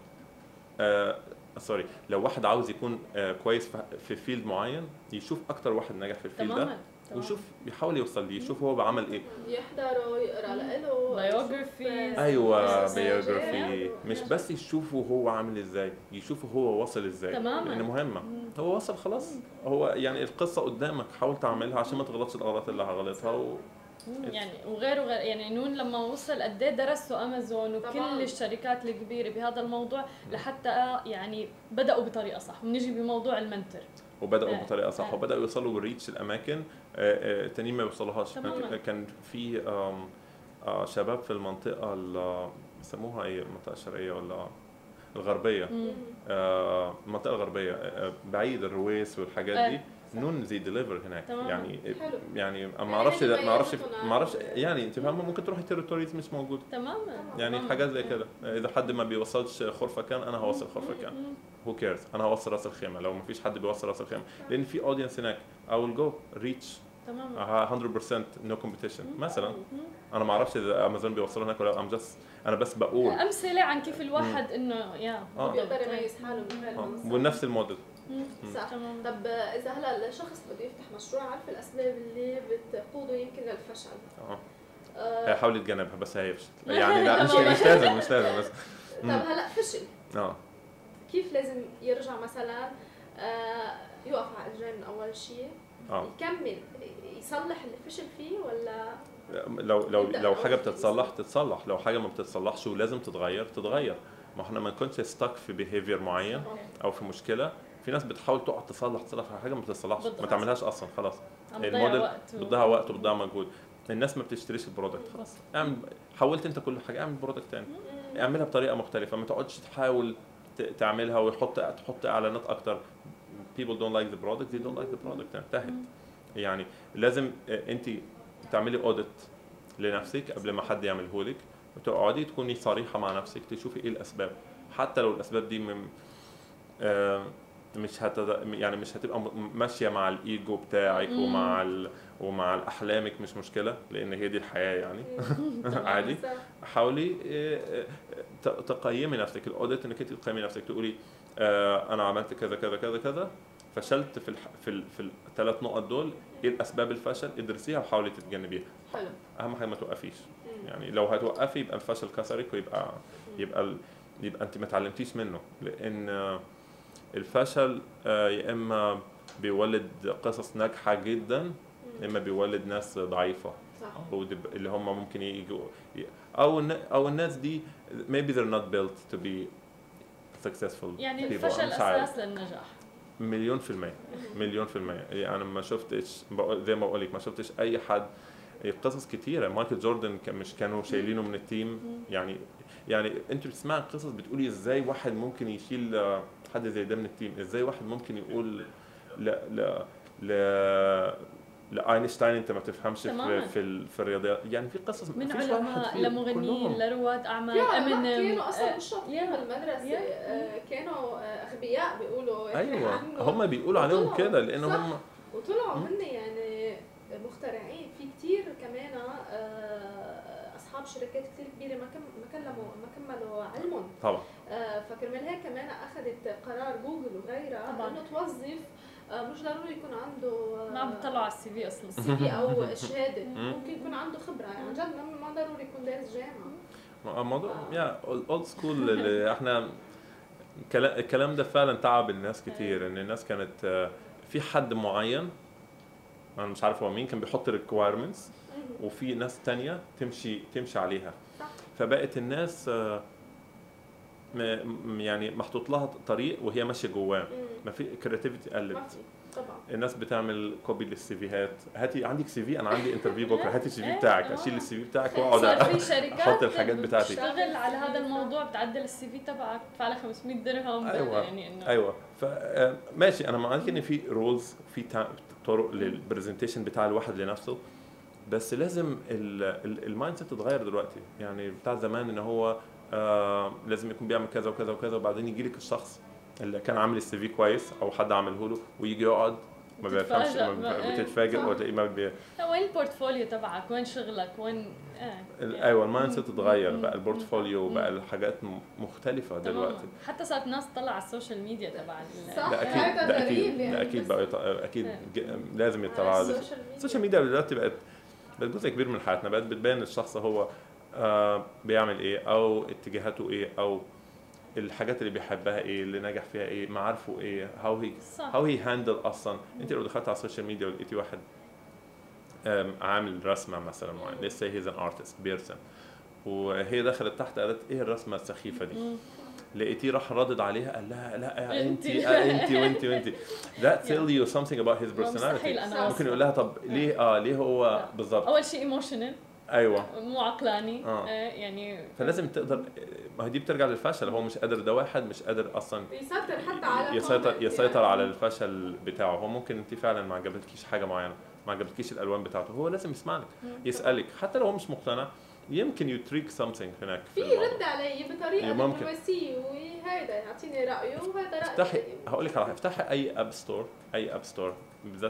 لو واحد عاوز يكون كويس في فيلد معين، يشوف اكتر واحد ناجح في الفيلد ده ويشوف يحاول يوصل ليه، يشوف هو بعمل ايه، يحضره يقرا له بايوغرافي. ايوه بايوغرافي، مش بس يشوفه هو عامل ازاي، يشوفه هو وصل ازاي، لان مهمه. هو وصل خلاص، هو يعني القصه قدامك، حاول تعملها عشان ما تغلطش الاغلاط اللي هغلطها يعني وغيره يعني نون لما وصل قد ايه درسوا امازون وكل الشركات الكبيره بهذا الموضوع لحتى يعني بداوا بطريقه صح. ونيجي بموضوع المنتور، وبداوا بطريقه صح وبداوا يوصلوا بالريتش الاماكن تانيين ما يوصلوهاش. كان في شباب في المنطقه اللي بيسموها ايه، المنطقه الشرقيه ولا الغربيه، المنطقه الغربيه بعيد الرويس والحاجات دي، نون زي ديليفر هناك. يعني ما اعرفش يعني انت فاهمه، ممكن تروحي تيريتوريز مش موجود تماما، يعني حاجات زي كده. اذا حد ما بيوصلش خرفكان انا هوصل خرفكان، هو كيرز، انا هوصل راس الخيمه لو ما فيش حد بيوصل راس الخيمه، لان في اودينس هناك. I will go reach تماما 100% no competition. مثلا انا ما اعرفش اذا امازون بيوصلوا هناك ولا انا بس بقول امثله عن كيف الواحد انه بيقدر يميز حاله من غير ونفس الموديل. صح. طب اذا هلا الشخص بده يفتح مشروع، عارف الاسباب اللي بتقوده يمكن للفشل؟ حاول يتجنبها بس هيفشل يعني، لا مش لازم بس طب هلا فشل كيف لازم يرجع مثلا يوقف على الجيم من اول شيء، يكمل يصلح اللي فشل فيه، ولا لو حاجه تتصلح، لو حاجه ما بتتصلحش ولازم تتغير. ما احنا ما نكونش ستاك في بيهيفير معين او في مشكله. في ناس بتحاول تقعد تصلح حاجه ما بتتصلحش، ما تعملهاش اصلا، خلاص الموديل بتضيع وقت وبتضيع مجهود. الناس ما بتشتريش البرودكت، خلاص حولت انت كل حاجه، اعمل برودكت تاني، اعملها بطريقه مختلفه، ما تقعدش تحاول تعملها تحط اعلانات اكتر. people don't like the product, they don't like the product. انتهت. يعني لازم انت تعملي اوديت لنفسك قبل ما حد يعمله لك، وتقعدي تكوني صريحه مع نفسك تشوفي ايه الاسباب، حتى لو الاسباب دي يعني مش هتبقى ماشيه مع الايجو بتاعك ومع احلامك، مش مشكله لان هي دي الحياه يعني. عادي. حاولي تقيمي نفسك، الاوديت انك انت تقيمي نفسك تقولي انا عملت كذا كذا كذا كذا، فشلت في الثلاث نقط دول، ايه الاسباب الفشل، ادرسيها وحاولي تتجنبيها. حلو. اهم حاجه ما توقفيش، يعني لو هتوقفي يبقى الفشل كسرك، يبقى انت ما اتعلمتيش منه، لان الفشل يا اما بيولد قصص ناجحه جدا، يا اما بيولد ناس ضعيفه، او اللي هم ممكن يجوا او الناس دي maybe they're not built to be successful. يعني الفشل اساس للنجاح. مليون في المية. يعني انا ما شفتش، زي ما بقول لك، ما شفتش اي حد. قصص كتيره، مايكل جوردن مش كانوا شايلينه من التيم، يعني انت بتسمعي قصص بتقولي ازاي واحد ممكن يشيل حد زي ده من التيم، ازاي واحد ممكن يقول لا لا لا لاينشتاين انت ما تفهمش في الرياضيات، يعني في قصص من علماء لمغنيين لرواد اعمال كانوا اصلا مش شاطرين بالمدرسه، كانوا اغبياء بيقولوا. ايوه هم بيقولوا عليهم كده لان هم وطلعوا هن يعني مخترعين. في كتير كمان اصحاب شركات كتير كبيره ما كملوا علمهم طبعا. فكرمال هيك كمان اخذت قرار جوجل وغيرها انه توظف مش ضروري يكون عنده ما عم بيطلعوا على السي في اصلا، سي في او شهاده، ممكن يكون عنده خبره، يعني عن جد ما ضروري يكون دارس جامعه. الموضوع يا اولد سكول اللي احنا الكلام ده فعلا تعب الناس كتير، ان الناس كانت في حد معين انا مش عارف هو مين كان بيحط ريكوايرمنتس، وفي ناس تانية تمشي عليها، فبقت الناس يعني محطوط لها طريق وهي ماشيه جواه، ما في كرياتيفيتي قلت. طبعا الناس بتعمل كوبي للسيفيهات، هاتي عندك سي في، انا عندي انترفيو بكره، هاتي السي في بتاعك، اشيل السي في بتاعك واقعد احط الحاجات بتاعتي، بتشتغل على هذا الموضوع، بتعدل السي في تبعك، بتدفع له 500 درهم. أيوة. يعني انه ايوه فماشي، انا معاك ان في رولز، في طرق للبرزنتيشن بتاع الواحد لنفسه، بس لازم المايند سيت تتغير دلوقتي، يعني بتاع زمان ان هو لازم يكون بيعمل كذا وكذا وكذا، وبعدين يجي لك الشخص اللي كان عامل السي في كويس او حد عمله له ويجي يقعد ما بيفهمش، بتتفاجئ وتلاقيه ما وين البورتفوليو تبعك، وين شغلك، وين ايوه المايند سيت اتغير، بقى البورتفوليو بقى الحاجات مختلفه دلوقتي، حتى صارت ناس تطلع على السوشيال ميديا تبع ده اكيد بقى اكيد لازم يطلع على السوشيال ميديا دلوقتي، بقت جزء كبير من حياتنا، بقت بتبين الشخص هو بيعمل ايه او اتجاهاته ايه او الحاجات اللي بيحبها ايه، اللي نجح فيها ايه، معارفه ايه، هاو هي هاندل اصلا. انت لو دخلت على السوشيال ميديا ولقيتي واحد عامل رسمه مثلا معينه، let's say he's an artist بيرسم، وهي دخلت تحت قالت ايه الرسمه السخيفه دي، لقيتيه راح ردد عليها قال لها لا انت وانت that tell you something about his personality. ممكن يقول لها طب ليه هو بالظبط اول شيء ايموشنال، ايوه مو عقلاني. يعني فلازم تقدر، ما هي دي بترجع للفشل، هو مش قادر، ده واحد مش قادر اصلا يسيطر حتى على يسيطر على الفشل بتاعه. هو ممكن انت فعلا ما عجبتكيش حاجه معينه، ما عجبتكيش الالوان بتاعته، هو لازم يسمعك، يسالك حتى لو هو مش مقتنع، يمكن يتريك سمثينج هناك في يرد علي بطريقه دبلوماسيه، وهذا يعطيني رايه وهذا رايي. افتحي، هقول لك على حاجه، افتحي اي اب ستور بالذات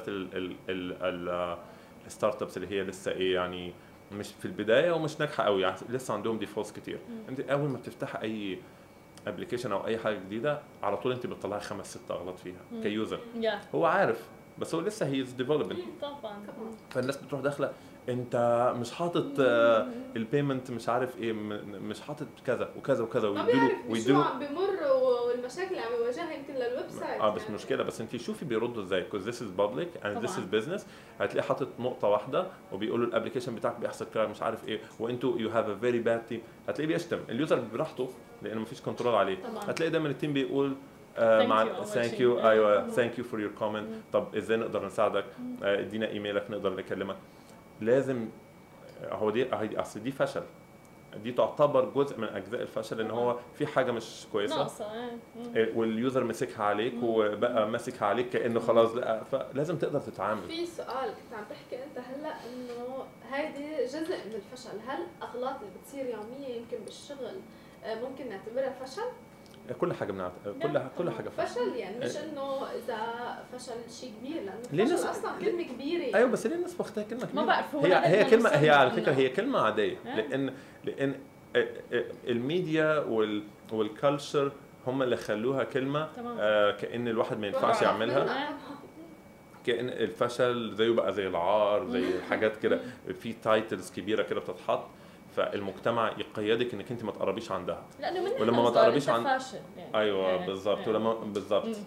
الستارت ابس اللي هي لسه يعني مش في البدايه ومش ناجحه قوي، يعني لسه عندهم ديفولتس كتير. انت اول ما بتفتحي اي ابلكيشن او اي حاجه جديده على طول انت بتطلعي 5 6 اغلاط فيها كيوزر. هو عارف بس هو لسه هي از ديفلوبينج. طبعا فالناس بتروح داخله انت مش حاطط البيمنت مش عارف ايه، مش حاطط كذا وكذا وكذا، ويدوا عم بيمروا والمشاكل اللي عم بيواجهها يمكن للويب سايت بس يعني. مشكله، بس انت شوفي بيردوا ازاي، because this is public and this is business. هتلاقي حاطط نقطه واحده وبيقولوا الابلكيشن بتاعك بيحصل كده مش عارف ايه، وانتوا you have a very bad team. هتلاقيه بيشتم اليوزر براحته لانه مفيش كنترول عليه. هتلاقي دايما التيم بيقول مع ثانك يو، ايوه ثانك يو فور يور كومنت، طب ازاي نقدر نساعدك، ادينا ايميلك نقدر نكلمك. لازم هو دي اصل دي فشل، دي تعتبر جزء من اجزاء الفشل، ان هو في حاجه مش كويسه ناقصه واليوزر مسكها عليك وبقى ماسكها عليك كانه خلاص، لا فلازم تقدر تتعامل. في سؤال كنت عم تحكي انت هلا انه هيدي جزء من الفشل، هل الاغلاط اللي بتصير يوميا يمكن بالشغل ممكن نعتبرها فشل؟ كل حاجه كل حاجه فشل يعني مش انه اذا فشل شيء كبير، لانه الفشل اصلا كلمه كبيره. ايوه بس ليه الناس واخداها كلمه كبيره؟ ما بعرف، هي كلمه، هي على فكره هي كلمه عاديه، لان الميديا والكالتشر هم اللي خلوها كلمه كأن الواحد ما ينفعش يعملها، كأن الفشل زيه بقى زي العار، زي حاجات كده في تايتلز كبيره كده بتتحط، فالمجتمع يقيدك انك انت ما تقربيش عندها، لانه ولما ما تقربيش فاشل يعني. ايوه بالظبط، ولما بالظبط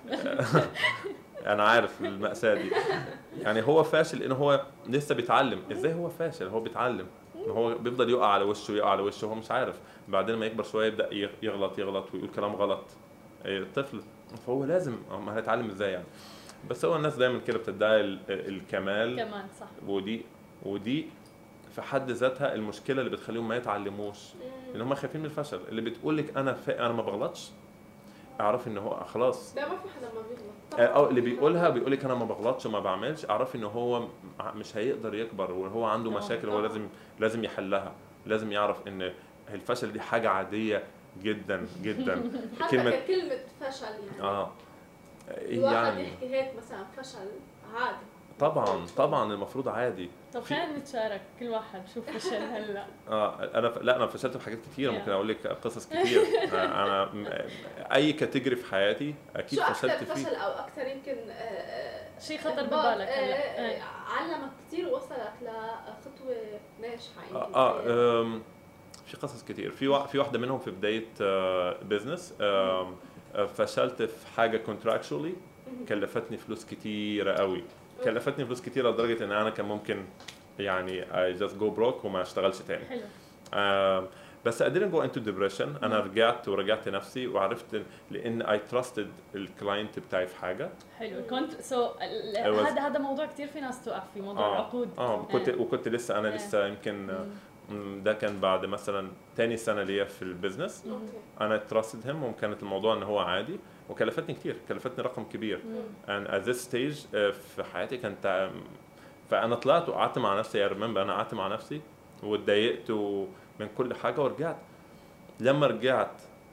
انا عارف المأساة دي. يعني هو فاشل لانه هو لسه بيتعلم. ازاي هو فاشل؟ هو بيتعلم، هو بيفضل يقع على وشه هو مش عارف، بعدين ما يكبر شويه يبدا يغلط ويقول كلام غلط، الطفل، فهو لازم ما هيتعلم ازاي يعني. بس هو الناس دايما كده بتدعي الكمال كمان، صح. ودي في حد ذاتها المشكله اللي بتخليهم ما يتعلموش، ان هم خايفين من الفشل. اللي بتقول لك انا ما بغلطش، اعرفي ان هو خلاص، ده ما في حدا ما بيغلط. او اللي بيقول لك انا ما بغلطش وما بعملش، اعرفي ان هو مش هيقدر يكبر، وهو عنده مشاكل هو لازم يحلها. لازم يعرف ان الفشل دي حاجه عاديه جدا جدا. كلمه فشل يعني الواحد يحكي هيك مثلا فشل عادي. طبعا المفروض عادي. طب خلينا نتشارك كل واحد شو فشل هلا. انا فشلت في حاجات كتير، ممكن اقول لك قصص كتير. انا اي كاتيجوري في حياتي اكيد فشلت فيه. شو فشل او اكثر يمكن شيء خطر ببالك هلا علمك كثير ووصلك لخطوه ناجحه يمكن؟ في قصص كتير. في واحده منهم في بدايه بزنس، فشلت في حاجه كونتراكشولي كلفتني فلوس كتيره قوي، كلفتني فلوس كتيره لدرجه ان انا كان ممكن يعني I just go broke وما اشتغلش تاني. حلو. بس I didn't go into depression. انا رجعت نفسي وعرفت لان I trusted الكلاينت بتاعي في حاجه. حلو. كنت هذا موضوع كتير في ناس توقع فيه، موضوع العقود. وكنت لسه لسه يمكن ده كان بعد مثلا تاني سنه ليا في البيزنس. انا تراستد هيم، وكانت الموضوع ان هو عادي، وكلفتني كتير، كلفتني رقم كبير. and at this stage في حياتي كانت، فانا طلعت وقعدت مع نفسي. انا قعدت مع نفسي واتضايقت من كل حاجه ورجعت. لما رجعت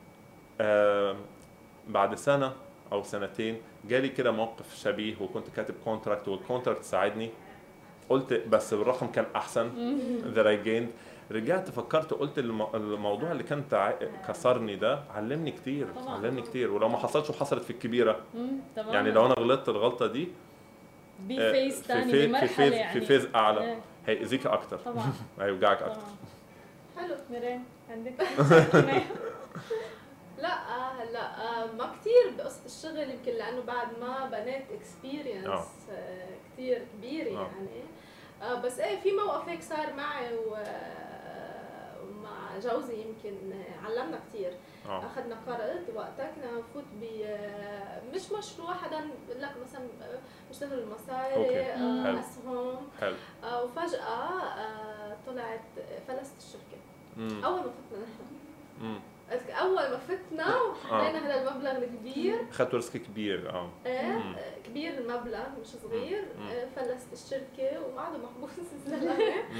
بعد سنه او سنتين جالي كده موقف شبيه، وكنت كاتب كونتراكت والكونتراكت ساعدني. قلت بس الرقم كان احسن that I gained. رجعت فكرت قلت الموضوع اللي كان كسرني ده علمني كتير، ولو ما حصلش وحصلت في الكبيره يعني لو انا غلطت الغلطه دي بفيز ثاني بمرحله يعني في فيز اعلى هيأذيك اكتر، طبعا هيوجعك اكتر. حلو. ميرين عندك؟ لا هلا ما كثير بقصة الشغل، يمكن لانه بعد ما بنيت اكسبيرينس كثير كبيره يعني. بس في موقف هيك صار معي ومع جوزي يمكن علمنا كثير. اخذنا قرض وقتها كنا نفوت مش مشروع، حدا بقول لك مثلا بيشتغل المصاري اسهم، وفجأة طلعت فلست الشركة. اول ما فتنا نحن اول ما فتنا وحطينا هذا المبلغ الكبير، اخذت ريسك كبير. كبير المبلغ مش صغير. فلست الشركه وما عاد محبوس الزلمه.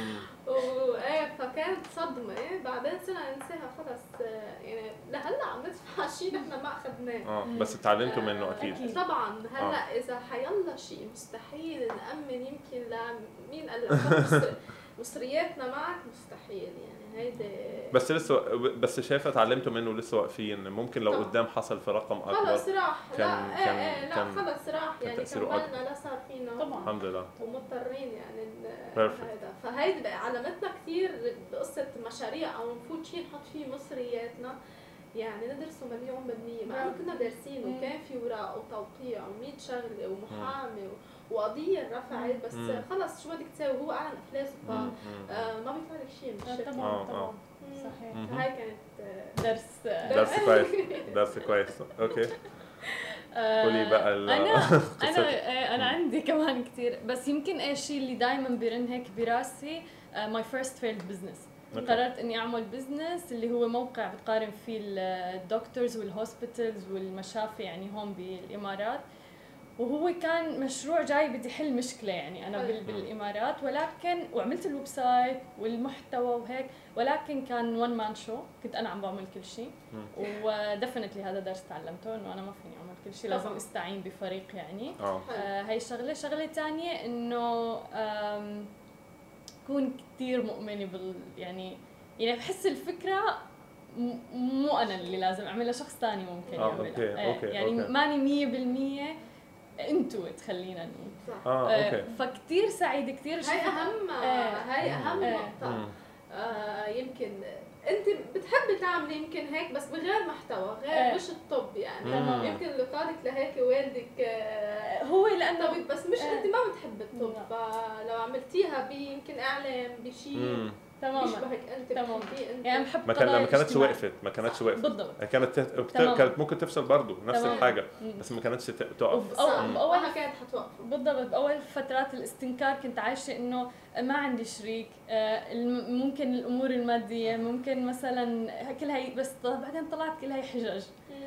فكانت صدمه. بعدين صرنا ننساها خلص يعني، لهلا عم ندفع شيء نحن ما اخذناه. بس تعلمتوا منه اكيد. طبعا. هلا اذا حيلا شيء مستحيل نأمن، يمكن لمين قال لك مصرياتنا معك مستحيل يعني. هيدي بس شايفه تعلمتوا منه ولسه واقفين. ممكن لو قدام حصل في رقم اكبر خلص راح. لا خلص راح يعني، كملنا لا صار فينا طبعا الحمد لله ومضطرين يعني هذا. فهيدي بقى علمتنا كثير بقصه مشاريع او نفوت شيء نحط فيه مصرياتنا يعني، ندرسه 100%. مع انه كنا دارسين وكان في ورق وتوقيع و100 شغله ومحامي وقضيه رفعت، بس خلص شو بدك تسوي؟ هو اعلن افلاسه فما بيطلع لك شيء من الشركه. طبعا صحيح. هاي كانت درس كويس. اوكي. قولي بقى انا عندي كمان كثير، بس يمكن الشيء اللي دائما بيرن هيك براسي my first failed business. قررت اني اعمل بزنس اللي هو موقع بتقارن فيه الدكتورز والهوسبيتالز والمشافي يعني هون بالامارات. وهو كان مشروع جاي بدي حل مشكله يعني انا بالامارات، ولكن وعملت الويب سايت والمحتوى وهيك، ولكن كان وان مان شو، كنت انا عم بعمل كل شيء. ودفنتلي هذا درس تعلمته انه انا ما فيني اعمل كل شيء، لازم استعين بفريق يعني. هاي شغله ثانيه انه كون كثير مؤمنه يعني بحس الفكره مو انا اللي لازم اعملها، شخص ثاني ممكن يعملها. أوكي. يعني ماني 100% انتو تخلينا نقول. اوكي. فكتير سعيده كثير. هاي اهم نقطه. يمكن انت بتحبي تعملي يمكن هيك بس بغير محتوى غير مش الطب يعني. يمكن اللي قادك لهيك والدك هو لانه طبيب، بس مش انت ما بتحبي الطب، فلو عملتيها بيمكن اعلام بشيء تماما بيشبهك انت تماما انت يعني بحب ما كانتش وقفت بالضبط. كانت ممكن تفشل برضه نفس الحاجه، بس ما كانتش تقف. اولها كانت حتوقف بالضبط. باول فترات الاستنكار كنت عايشه انه ما عندي شريك، ممكن الامور الماديه، ممكن مثلا كل هي، بس بعدين طلعت كل هي حجج.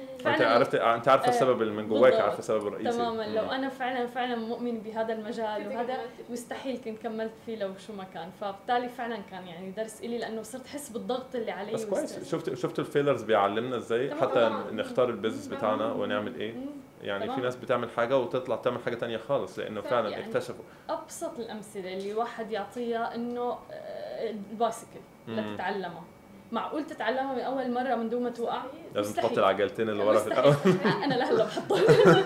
انت عارفه السبب اللي من جواك، عارفه السبب الرئيسي تماما. لو انا فعلا مؤمن بهذا المجال وهذا مستحيل كنت كملت فيه لو شو ما كان. فبالتالي فعلا كان يعني درس إلي، لانه صرت احس بالضغط اللي علي. بس كويس. شفت الفيلرز بيعلمنا ازاي حتى نختار البيزنس بتاعنا ونعمل ايه. يعني في ناس بتعمل حاجه وتطلع تعمل حاجه تانية خالص، لانه فعلا يعني اكتشفوا. ابسط الامثله اللي واحد يعطيها انه البايسكل لتتعلمها، معقول تتعلمها من اول مره من دون ما توقع؟ لازم تحط العجلتين اللي ورا في الاول. انا لهلا بحطهم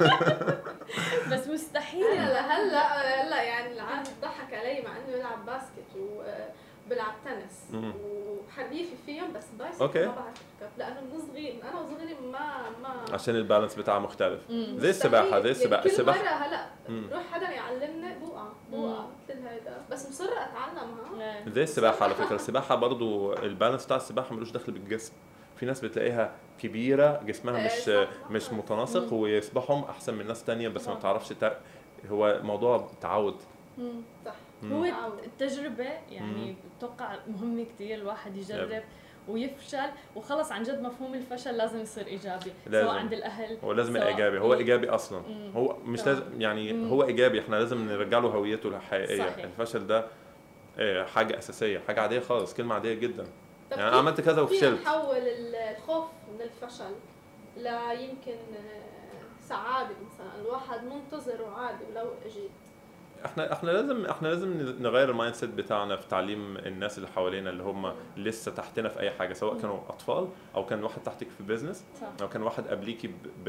بس مستحيل. انا هلا يعني العالم ضحك علي مع انه بلعب باسكت وبلعب تنس وحريفي فيهم، بس بايسكل ما بعرف اركب لانه من صغير، انا وصغيري ما عشان البالانس بتاعها مختلف. زي السباحه كل مره هلا روح حدا يعلمني بوقع مثل هيدا، بس مصره اتعلمها. زي السباحه على فكره. السباحه برضو البالانس بتاع السباحه ملوش دخل بالجسم. في ناس بتلاقيها كبيره جسمها مش متناسق ويسبحهم احسن من ناس تانية، بس ما تعرفش هو موضوع تعود. صح. هو التجربه يعني بتوقع مهمه كثير الواحد يجرب ويفشل، وخلص عن جد مفهوم الفشل لازم يصير ايجابي سواء عند الاهل. هو لازم ايجابي، هو ايجابي اصلا. هو مش لازم يعني هو ايجابي، احنا لازم نرجع له هويته الحقيقيه. الفشل ده حاجه اساسيه، حاجه عاديه خالص، كلمه عاديه جدا. يعني انا عملت كذا وفشلت. كيف نحول الخوف من الفشل لا يمكن سعاده؟ مثلا الواحد منتظر وعادي ولو اجيت. احنا لازم نغير المايند سيت بتاعنا في تعليم الناس اللي حوالينا اللي هم لسه تحتنا في اي حاجه، سواء كانوا اطفال او كان واحد تحتك في بيزنس او كان واحد قبليكي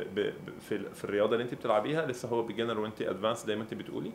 في الرياضه اللي انت بتلعبيها لسه هو بيجنر وانت ادفانس زي ما انت بتقولي.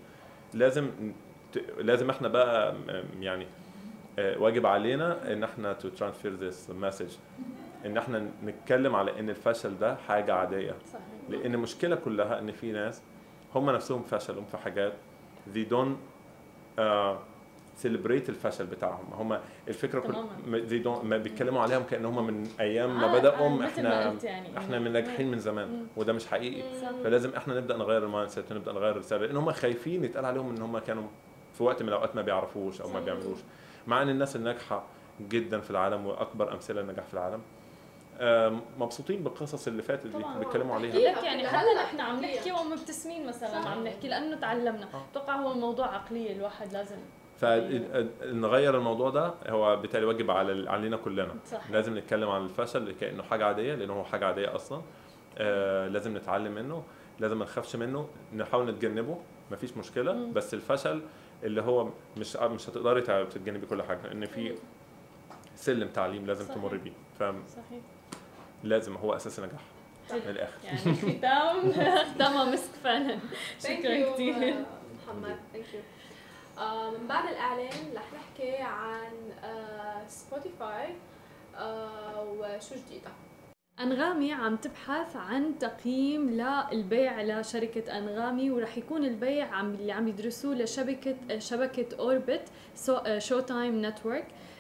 لازم احنا بقى يعني واجب علينا ان احنا تو ترانسفير ذس مسج، ان احنا نتكلم على ان الفشل ده حاجه عاديه. لان المشكله كلها ان في ناس هم نفسهم فشلوا في حاجات they don't celebrate الفشل بتاعهم. هم الفكره they don't ما بيتكلموا عليهم كأن هم من ايام ما بدأوا احنا من ناجحين من زمان، وده مش حقيقي. فلازم احنا نبدا نغير المايند سيت ونبدا نغير الرساله، لان هم خايفين يتقال عليهم ان هم كانوا في وقت من الاوقات ما بيعرفوش او ما بيعملوش، مع ان الناس الناجحه جدا في العالم واكبر امثله النجاح في العالم مبسوطين بالقصص اللي فاتت دي بيتكلموا عليها. يعني حتى نحن عم نحكي ومبتسمين مثلا عم نحكي لانه تعلمنا. اتوقع هو الموضوع عقليه الواحد لازم فنغير الموضوع ده. هو بالتالي واجب علينا كلنا. صحيح. لازم نتكلم عن الفشل كأنه حاجه عاديه، لانه هو حاجه عاديه اصلا. لازم نتعلم منه، لازم ما نخافش منه، نحاول نتجنبه مفيش مشكله. بس الفشل اللي هو مش هتقدري تتجنبي كل حاجه، لان في سلم تعليم لازم تمر بيه. صحيح. لازم هو اساس النجاح من الاخر. يعني ختام مسك فعلا. شكرا كثير محمد. ثانك يو. من بعد الاعلان رح نحكي عن سبوتيفاي وشو جديده. أنغامي عم تبحث عن تقييم للبيع لشركة أنغامي، ورح يكون البيع اللي عم يدرسوه لشبكة أوربت شو تايم نتورك.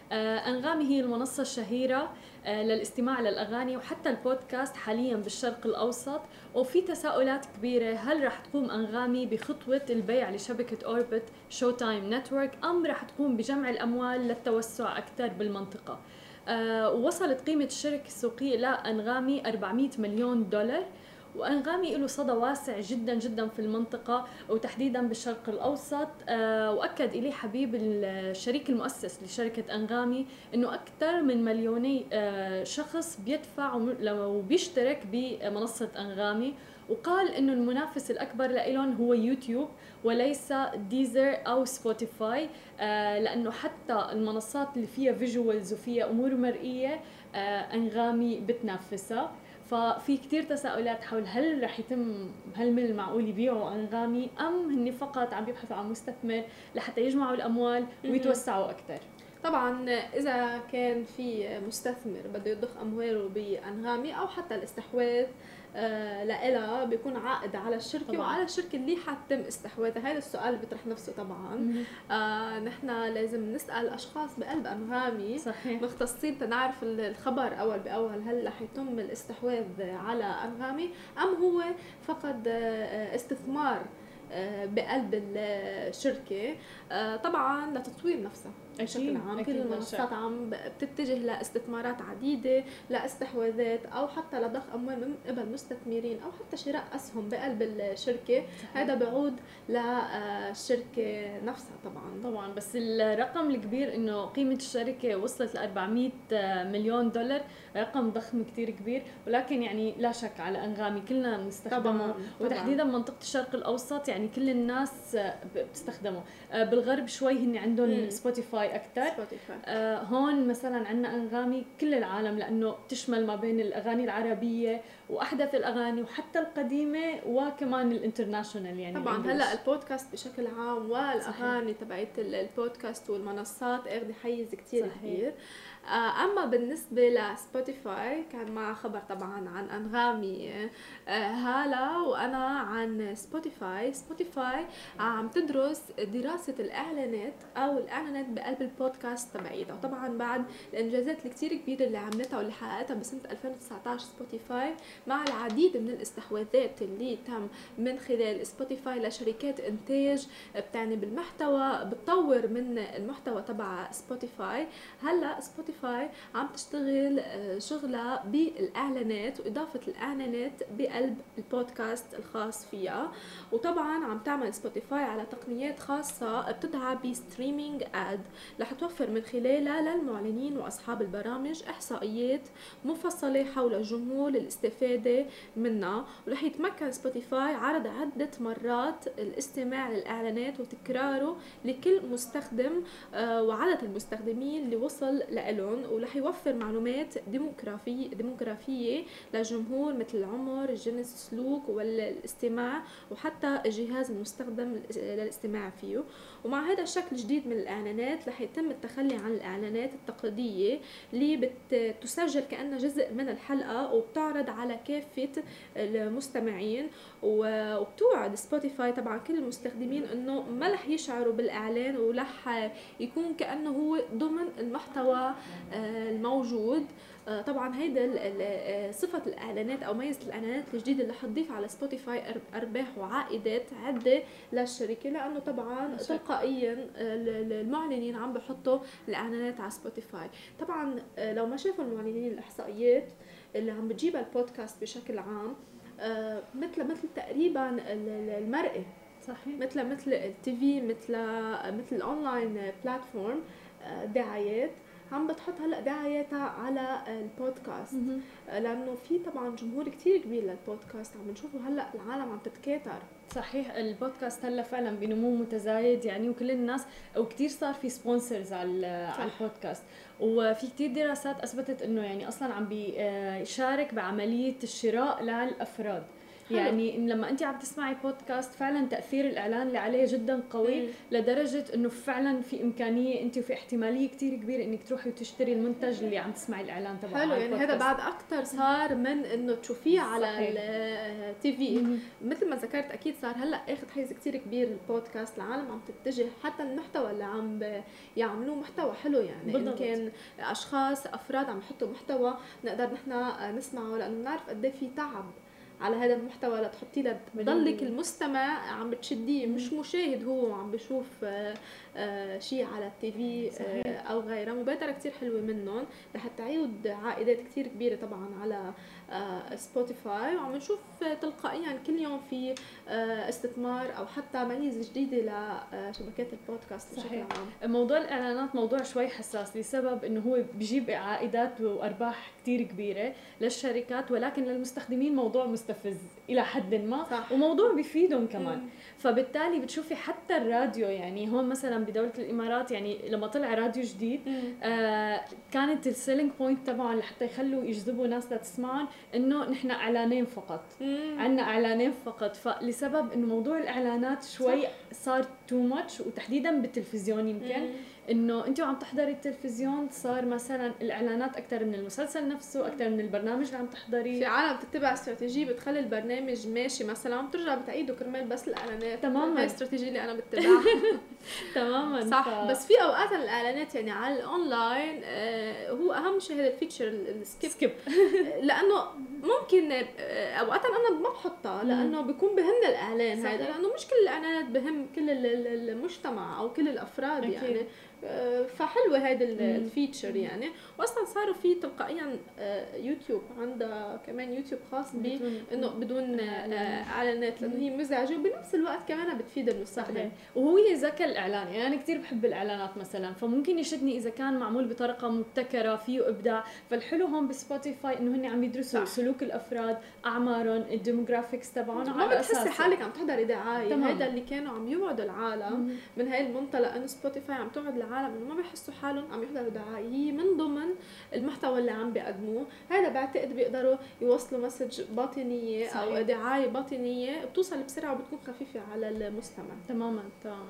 أنغامي هي المنصة الشهيرة للاستماع للأغاني وحتى البودكاست حاليا بالشرق الأوسط. وفي تساؤلات كبيرة، هل رح تقوم أنغامي بخطوة البيع لشبكة أوربت شو تايم نتورك، أم رح تقوم بجمع الأموال للتوسع أكثر بالمنطقة؟ وصلت قيمة الشركة السوقية لأنغامي 400 مليون دولار. وأنغامي له صدى واسع جدا جدا في المنطقة وتحديدا بالشرق الأوسط. وأكد إليه حبيب الشريك المؤسس لشركة أنغامي أنه أكثر من مليوني شخص بيدفع وبيشترك بمنصة أنغامي. وقال أنه المنافس الأكبر لإلهم هو يوتيوب وليس ديزر أو سبوتيفاي، لأنه حتى المنصات اللي فيها فيجوالز وفيها أمور مرئية أنغامي بتنافسها. ففي كتير تساؤلات حول هل من المعقول يبيعوا أنغامي، أم هن فقط عم يبحثوا عن مستثمر لحتى يجمعوا الأموال ويتوسعوا أكثر. طبعا إذا كان في مستثمر بده يضخ أمواله بأنغامي أو حتى الاستحواذ لإلها بيكون عائد على الشركة طبعاً. وعلى الشركة اللي حتم استحواذها. هذا السؤال بيطرح نفسه طبعا. نحن لازم نسأل أشخاص بقلب أنغامي صحيح. مختصين تنعرف الخبر أول بأول، هل رح يتم الاستحواذ على أنغامي أم هو فقط استثمار بقلب الشركة طبعا لتطوير نفسها بشكل عام. كل المنصات عم بتتجه لاستثمارات عديدة، لاستحواذات أو حتى لضخ أموال من قبل مستثمرين أو حتى شراء أسهم بقلب الشركة. هذا بعود للشركة نفسها طبعا. بس الرقم الكبير إنه قيمة الشركة وصلت ل 400 مليون دولار، رقم ضخم كتير كبير. ولكن يعني لا شك على أنغامي كلنا بنستخدمه وتحديدا منطقة الشرق الأوسط يعني كل الناس بتستخدمه. بالغرب شوي هن عندهم سبوتيفاي أكتر. هون مثلا عنا أنغامي كل العالم، لأنه تشمل ما بين الأغاني العربية وأحدث الأغاني وحتى القديمة وكمان الانترناشونال يعني طبعا هلا البودكاست بشكل عام والأغاني تبعت البودكاست والمنصات أخذ حيز كتير كبير. أما بالنسبة لسبوتيفاي كان مع خبر طبعا عن أنغامي هالة وأنا عن سبوتيفاي عم تدرس دراسة الإعلانات أو الإعلانات بقلب البودكاست تبعيتها. وطبعا بعد الإنجازات الكتير كبيرة اللي عملتها واللي حققتها بسنة 2019 سبوتيفاي مع العديد من الاستحواذات اللي تم من خلال سبوتيفاي لشركات إنتاج بتعني بالمحتوى بتطور من المحتوى تبع سبوتيفاي. هلا سبوتيفاي عم تشتغل شغلة بالإعلانات وإضافة الإعلانات بقلب البودكاست الخاص فيها. وطبعا عم تعمل سبوتيفاي على تقنيات خاصة بتدعى بستريمينج آد رح توفر من خلالها للمعلنين وأصحاب البرامج إحصائيات مفصلة حول الجمهور الاستفادة منها. ورح يتمكن سبوتيفاي عرض عدة مرات الاستماع للإعلانات وتكراره لكل مستخدم وعدد المستخدمين اللي وصل لإلهم. ورح يوفر معلومات ديموغرافية للجمهور مثل العمر، الجنس، السلوك والاستماع وحتى الجهاز المستخدم للاستماع فيه. ومع هذا الشكل الجديد من الإعلانات رح يتم التخلي عن الإعلانات التقليدية اللي بتسجل كأنها جزء من الحلقة وبتعرض على كافة المستمعين. وبتوعد سبوتيفاي طبعا كل المستخدمين انه ما رح يشعروا بالإعلان ورح يكون كأنه هو ضمن المحتوى الموجود. طبعا هيدا صفة الإعلانات أو ميزة الإعلانات الجديدة اللي حتضيف على سبوتيفاي أرباح وعائدات عدة للشركة، لأنه طبعا تلقائيا المعلنين عم بحطوا الإعلانات على سبوتيفاي. طبعا لو ما شافوا المعلنين الإحصائيات اللي عم بتجيبها البودكاست بشكل عام مثل تقريبا المرئي صحيح، مثل التي في، مثل الأونلاين بلاتفورم دعايات عم بتحط هلا دعاياتها على البودكاست لانه في طبعا جمهور كتير كبير للبودكاست. عم نشوفه هلا العالم عم تتكاثر. صحيح البودكاست هلا فعلا بنمو متزايد يعني، وكل الناس وكتير صار في سبونسرز على البودكاست. وفي كتير دراسات اثبتت انه يعني اصلا عم بيشارك بعمليه الشراء للافراد. يعني لما انت عم تسمعي بودكاست فعلا تاثير الاعلان اللي عليه جدا قوي لدرجه انه فعلا في امكانيه انت وفي احتماليه كتير كبيره انك تروحي وتشتري المنتج اللي عم تسمعي الاعلان تبعه. حلو، يعني هذا بعد اكثر صار من انه تشوفيه على التي في. مثل ما ذكرت اكيد صار هلا اخذ حيز كتير كبير البودكاست، العالم عم تتجه حتى المحتوى اللي عم يعملوه محتوى حلو، يعني ان كان اشخاص افراد عم يحطوا محتوى نقدر نحن نسمعه، لانه بنعرف قد ايه في تعب على هذا المحتوى لتحطيه لتضلك المستمع عم بتشديه، مش مشاهد هو عم بشوف شيء على التي في او غيره. مبادره كتير حلوه منهم رح تعيد عائدات كتير كبيره طبعا على سبوتيفاي، وعم نشوف تلقائيا كل يوم في استثمار او حتى ميزه جديده لشبكات البودكاست بشكل عام. موضوع الاعلانات موضوع شوي حساس لسبب انه هو بيجيب عائدات وارباح كتير كبيره للشركات، ولكن للمستخدمين موضوع مستفز الى حد ما. صح. وموضوع بيفيدهم كمان. فبالتالي بتشوفي حتى الراديو، يعني هون مثلا بدولة الامارات يعني لما طلع راديو جديد كانت السيلينج بوينت تبعهم لحتى يخلوا يجذبوا ناس لتسمعهم انه نحن اعلانين فقط، عندنا اعلانين فقط. فلسبب انه موضوع الاعلانات شوي صار تو ماتش، وتحديدا بالتلفزيون يمكن انه انت وعم تحضري التلفزيون صار مثلا الاعلانات اكثر من المسلسل نفسه، اكثر من البرنامج اللي عم تحضريه. في عالم بتتبع استراتيجيه بتخلي البرنامج ماشي مثلا بترجع بتعيده كرمال بس الاعلانات. تماما، هاي الاستراتيجيه اللي انا بتبعها. تماما صح. بس في اوقات الاعلانات يعني على الاونلاين هو اهم شيء هذا الفيتشر السكيب لانه ممكن اوقات انا ما بحطها لانه بيكون بهمنا الاعلان هذا، لانه مش كل الاعلانات بهم كل المجتمع او كل الافراد أكيد. يعني فحلوه هذا الفيتشر يعني. واصلا صاروا في تلقائيا يوتيوب عندها كمان يوتيوب خاص انه بدون اعلانات، لانه هي مزعجه وبنفس الوقت كمان بتفيد المستخدم. وهو ذكاء الاعلان، يعني انا كثير بحب الاعلانات مثلا، فممكن يشدني اذا كان معمول بطريقه مبتكره فيه ابداع. فالحلو هون بسبوتيفاي انه هن عم يدرسوا سلوك الافراد، اعمارهم، الديموغرافيكس تبعهم، ما بتحسي حالك عم تحضري دعايه. هذا اللي كانوا عم يوعدوا العالم من هاي المنطلق، انه سبوتيفاي عم توعد العالم انه ما بيحسوا حالهم عم يحضروا دعايه، هي من ضمن المحتوى اللي عم بيقدموه. هذا بعتقد بيقدروا يوصلوا مسج باطنيه او دعايه باطنيه بتوصل بسرعه وبتكون خفيفه على المستمع. تماما.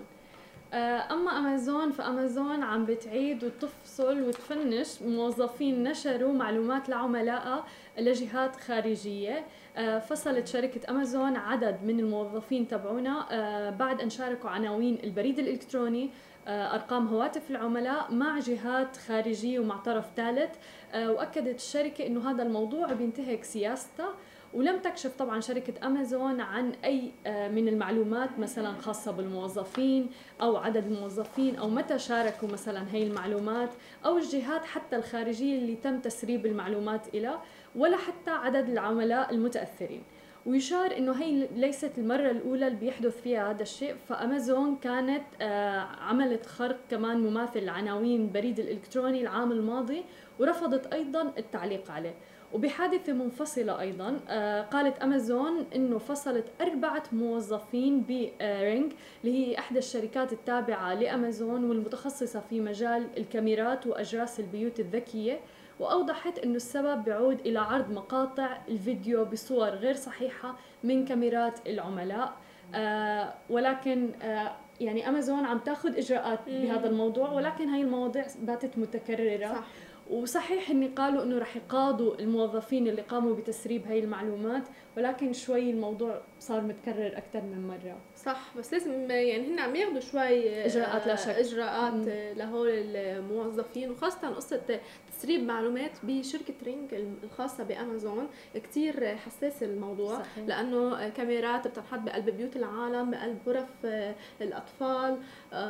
اما امازون، فامازون عم بتعيد وتفصل وتفنش موظفين نشروا معلومات لعملائها لجهات خارجيه. فصلت شركه امازون عدد من الموظفين تبعونا بعد ان شاركوا عناوين البريد الالكتروني، ارقام هواتف العملاء مع جهات خارجيه ومع طرف ثالث. واكدت الشركه انه هذا الموضوع بينتهك سياستها، ولم تكشف طبعا شركة أمازون عن أي من المعلومات مثلا خاصة بالموظفين أو عدد الموظفين أو متى شاركوا مثلا هي المعلومات أو الجهات حتى الخارجية اللي تم تسريب المعلومات إلى، ولا حتى عدد العملاء المتأثرين. ويشار إنه هي ليست المرة الأولى اللي بيحدث فيها هذا الشيء، فأمازون كانت عملت خرق كمان مماثل لعناوين بريد الإلكتروني العام الماضي، ورفضت أيضا التعليق عليه. وبحادثة منفصلة أيضاً قالت أمازون إنه فصلت 4 موظفين برينج اللي هي إحدى الشركات التابعة لأمازون والمتخصصة في مجال الكاميرات وأجراس البيوت الذكية. وأوضحت إنه السبب بيعود إلى عرض مقاطع الفيديو بصور غير صحيحة من كاميرات العملاء. ولكن يعني أمازون عم تاخذ إجراءات بهذا الموضوع، ولكن هاي المواضيع باتت متكررة. صح. وصحيح اني قالوا انه رح يقاضوا الموظفين اللي قاموا بتسريب هاي المعلومات، ولكن شوي الموضوع صار متكرر اكثر من مره. صح. بس لازم يعني هن عم ياخذوا شوي اجراءات، لا شك اجراءات لهول الموظفين، وخاصه قصه تسريب معلومات بشركه رينج الخاصه بامازون كتير حساس الموضوع. صحيح. لانه كاميرات بتنحط بقلب بيوت العالم، بقلب غرف الاطفال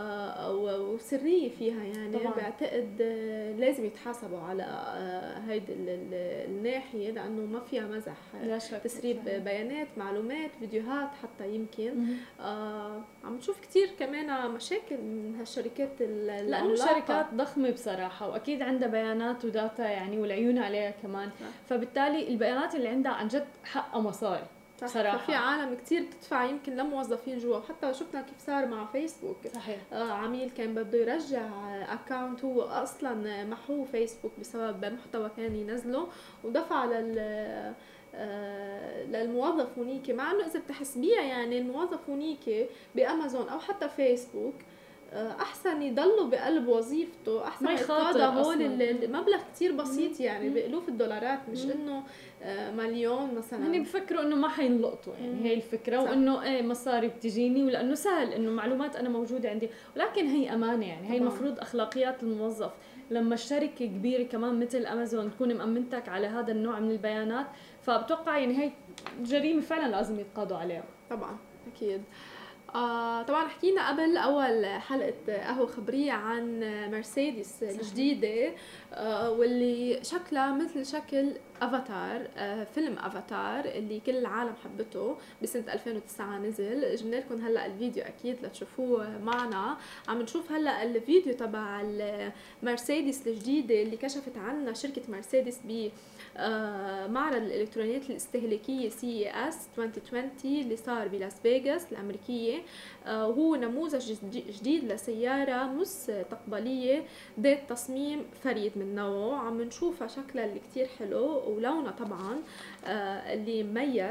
وسريه فيها يعني. طبعاً. بعتقد لازم يتحاسبوا على هيدي الناحيه، لانه ما فيها مزح. تسريب بيانات، معلومات، فيديوهات حتى يمكن. عم نشوف كتير كمان مشاكل من هالشركات لانه شركات ضخمه بصراحه، واكيد عندها بيانات وداتا يعني والعيون عليها كمان. فبالتالي البيانات اللي عندها عن جد حقها مصاري صراحة. في عالم كتير بتدفع يمكن لموظفين جوا، وحتى شفنا كيف صار مع فيسبوك. صحيح. عميل كان بده يرجع اكاونت هو اصلا محوه فيسبوك بسبب محتوى كان ينزله، ودفع للموظف هونيك، مع انه اذا بتحسبيها يعني الموظف هونيك بامازون او حتى فيسبوك احسن يضلوا بقلب وظيفته، احسن ما يتقاضى يخاطر هول أصلاً. المبلغ كتير بسيط يعني بألوف الدولارات، مش انه مليون مثلا. هني بفكروا انه ما حينلقطوا يعني هي الفكره، صح. وانه ايه مصاري بتجيني، ولانه سهل انه معلومات انا موجوده عندي، ولكن هي امانه يعني، هي المفروض اخلاقيات الموظف. لما الشركه كبيره كمان مثل امازون تكون مأمنتك على هذا النوع من البيانات، فبتوقع يعني هي جريمه فعلا لازم يتقاضوا عليها. طبعا اكيد. طبعا حكينا قبل اول حلقة قهوة خبرية عن مرسيدس الجديدة، واللي شكلها مثل شكل افاتار، فيلم افاتار اللي كل العالم حبته بسنة 2009 نزل. جبنا لكم هلا الفيديو اكيد لتشوفوه معنا. عم نشوف هلا الفيديو تبع المرسيدس الجديدة اللي كشفت عنها شركة مرسيدس ب معرض الالكترونيات الاستهلاكيه CES 2020 اللي صار بلاس فيغاس الامريكيه، وهو نموذج جديد لسياره مستقبليه ذات تصميم فريد من نوعه. عم نشوفها شكلها اللي كتير حلو، ولونها طبعا اللي مميز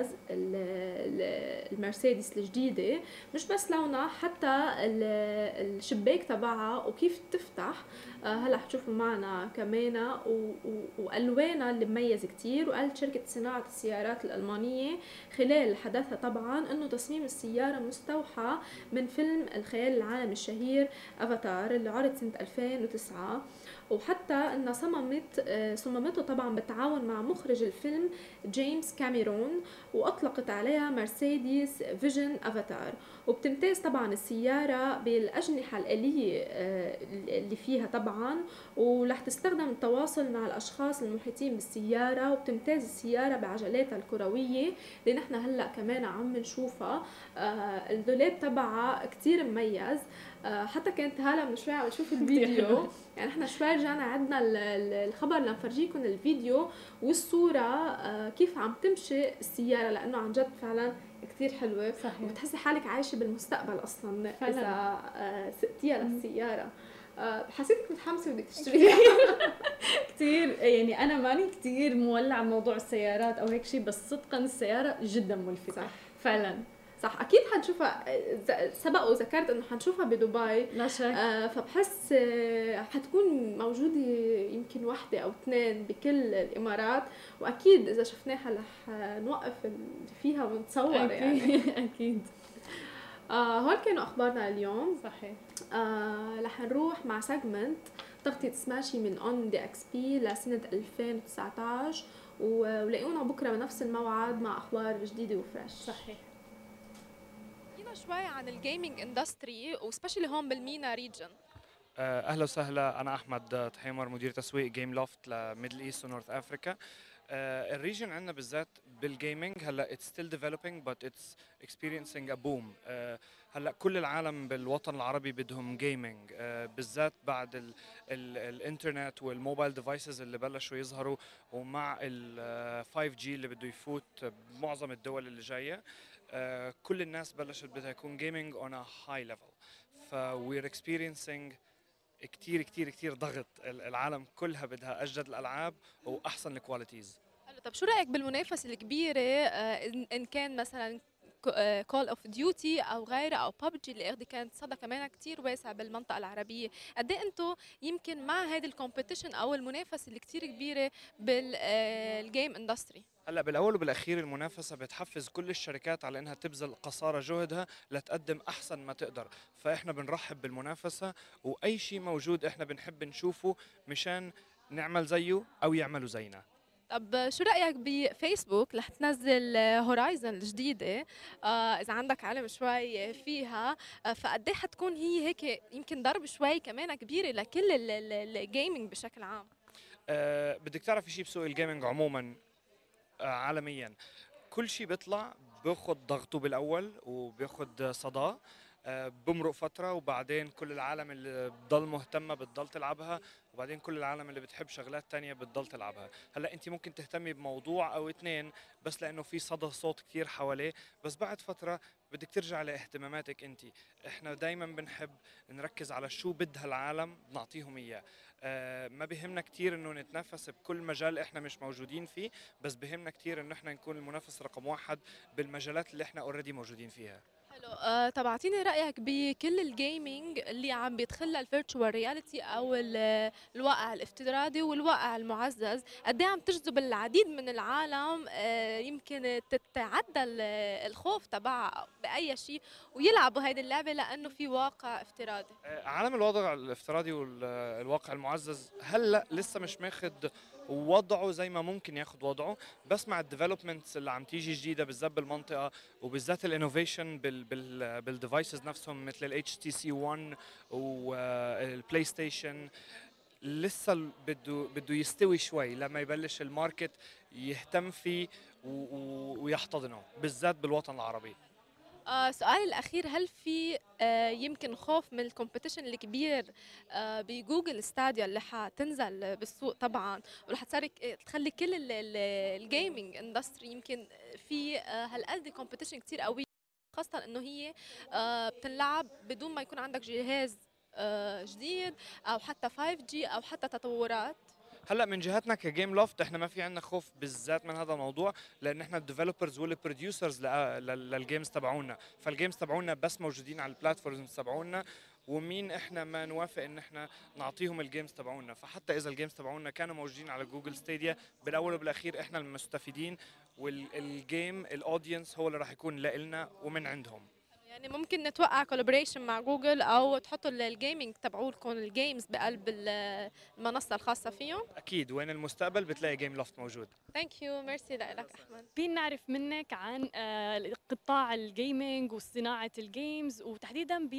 المرسيدس الجديده. مش بس لونها، حتى الشباك تبعها وكيف تفتح هلا حتشوفوا معنا كمان، والوانها اللي مميز كتير. وقالت شركه صناعه السيارات الالمانيه خلال حدثها طبعا انه تصميم السياره مستوحى من فيلم الخيال العالمي الشهير افاتار اللي عرض سنه 2009، وحتى انها صممته طبعا بالتعاون مع مخرج الفيلم جيمس كاميرون، واطلقت عليها مرسيدس فيجن افاتار. وبتمتاز طبعا السيارة بالأجنحة الآلية اللي فيها طبعا، ورح تستخدم التواصل مع الأشخاص المحيطين بالسيارة. وبتمتاز السيارة بعجلاتها الكروية اللي نحن هلأ كمان عم نشوفها. الدولاب تبعها كتير مميز. حتى كانت هلا من شوي عم نشوف الفيديو يعني احنا شوي رجعنا عدنا الخبر لنفرجيكم الفيديو والصورة كيف عم تمشي السيارة، لأنه عن جد فعلا كتير حلوة. صحيح. وبتحسي حالك عايشة بالمستقبل أصلا فعلا. إذا سقتيها للسيارة. حسيتك متحمسة بدك تشتريها كتير يعني. أنا ماني كتير مولعة بموضوع السيارات أو هيك شيء، بس صدقا السيارة جدا ملفتة. صح. فعلا صح. اكيد حنشوفها، سبق وذكرت انه حنشوفها بدبي لا شك. فبحس حتكون موجوده يمكن واحده او اثنين بكل الامارات، واكيد اذا شفناها رح نوقف فيها ونتصور أكيد. يعني اكيد. هول كانوا اخبارنا اليوم. صحيح. رح نروح مع سيجمنت تغطية سماشي من اون دي اكس بي لسنة 2019، ولاقونا بكره بنفس الموعد مع اخبار جديده وفريش. صحيح. شوي عن الجيمنج اندستري وسبيشلي هون بالمينا ريجن. اهلا وسهلا، انا احمد طحيمر مدير تسويق جيم لوفت لميدل ايست ونورث افريكا. الريجن عندنا بالذات بالجيمنج هلا اتس ستيل ديفلوبينج بت اتس اكسبيرينسينج ا بوم. هلا كل العالم بالوطن العربي بدهم جيمنج، بالذات بعد الانترنت والموبايل ديفايسز اللي بلشوا يظهروا، ومع ال 5G اللي بده يفوت بمعظم الدول اللي جايه. كل الناس بلشت بدها يكون جيمنج اون ا هاي ليفل، ف we're experiencing كتير كتير كتير ضغط. العالم كلها بدها اجدد الالعاب واحسن الكواليتيز. طب شو رايك بالمنافسه الكبيره ان كان مثلا كول اوف ديوتي او غيرها او ببجي اللي اخذت كانت صدى كمان كتير واسع بالمنطقه العربيه؟ قد ايه انتم يمكن مع هذه الكومبيتيشن او المنافسه اللي كتير كبيره بالجيم اندستري؟ هلا بالاول وبالاخير المنافسه بتحفز كل الشركات على انها تبذل قصارى جهدها لتقدم احسن ما تقدر، فاحنا بنرحب بالمنافسه، واي شيء موجود احنا بنحب نشوفه مشان نعمل زيه او يعملوا زينا. طب شو رأيك بفيسبوك رح تنزل هورايزن الجديدة؟ إذا عندك علم شوي فيها، فقد ايه حتكون هي هيك يمكن ضرب شوي كمان كبيرة لكل الجيمنج بشكل عام؟ بدك تعرفي شيء بسوق الجيمنج عموما عالميا، كل شيء بيطلع بياخد ضغطه بالاول وبياخد صداه. بمرق فتره وبعدين كل العالم اللي بتضل مهتمه بتضل تلعبها، وبعدين كل العالم اللي بتحب شغلات تانية بتضل تلعبها. هلا انت ممكن تهتمي بموضوع او اتنين بس لانه في صدى صوت كثير حواليه، بس بعد فتره بدك ترجع لاهتماماتك انت. احنا دائما بنحب نركز على شو بدها العالم نعطيهم اياه. ما بيهمنا كثير انه نتنافس بكل مجال احنا مش موجودين فيه، بس بيهمنا كثير انه احنا نكون المنافس رقم واحد بالمجالات اللي احنا اوريدي موجودين فيها. حلو. طب اعطيني رايك بكل الجيمنج اللي عم بيدخلها الفيرتشوال رياليتي او الواقع الافتراضي والواقع المعزز، قد ايه عم تجذب العديد من العالم، يمكن تتعدى الخوف تبعها باي شيء ويلعبوا هيدي اللعبه لانه في واقع افتراضي. عالم الوضع الافتراضي والواقع المعزز هلا لسه مش ماخد وضعه زي ما ممكن ياخد وضعه، بس مع الديفلوبمنتس اللي عم تيجي جديده بالذات بالمنطقه وبالذات الانوفيشن بالديفايسز نفسهم مثل الاتش تي سي 1 والبلاي ستيشن، لسه بده يستوي شوي لما يبلش الماركت يهتم فيه ويحتضنه بالذات بالوطن العربي. سؤالي الأخير، هل في يمكن خوف من الكومبيتيشن الكبير بجوجل ستاديا اللي حتنزل بالسوق طبعا واللي تخلي كل الجيمنج اندستري يمكن في هالقد كومبيتيشن كتير قوي، خاصة انه هي بتنلعب بدون ما يكون عندك جهاز جديد او حتى 5G او حتى تطورات؟ هلا من جهتنا كجيم لوفت احنا ما في عندنا خوف بالذات من هذا الموضوع، لان احنا الديفلوبرز والبروديوسرز للجيمز تبعونا، فالجيمز تبعونا بس موجودين على البلاتفورمز تبعونا، ومين احنا ما نوافق ان احنا نعطيهم الجيمز تبعونا. فحتى اذا الجيمز تبعونا كانوا موجودين على جوجل ستيديا، بالاول وبالاخير احنا المستفيدين، والجيم الاودينس هو اللي راح يكون لنا ومن عندهم. يعني ممكن نتوقع كولابوريشن مع جوجل او تحطوا الجيمنج تبعولكم الجيمز بقلب المنصه الخاصه فيهم؟ اكيد، وين المستقبل بتلاقي جيم لوفت موجود. ثانك يو، ميرسي لك احمد. فين نعرف منك عن قطاع الجيمنج وصناعه الجيمز وتحديدا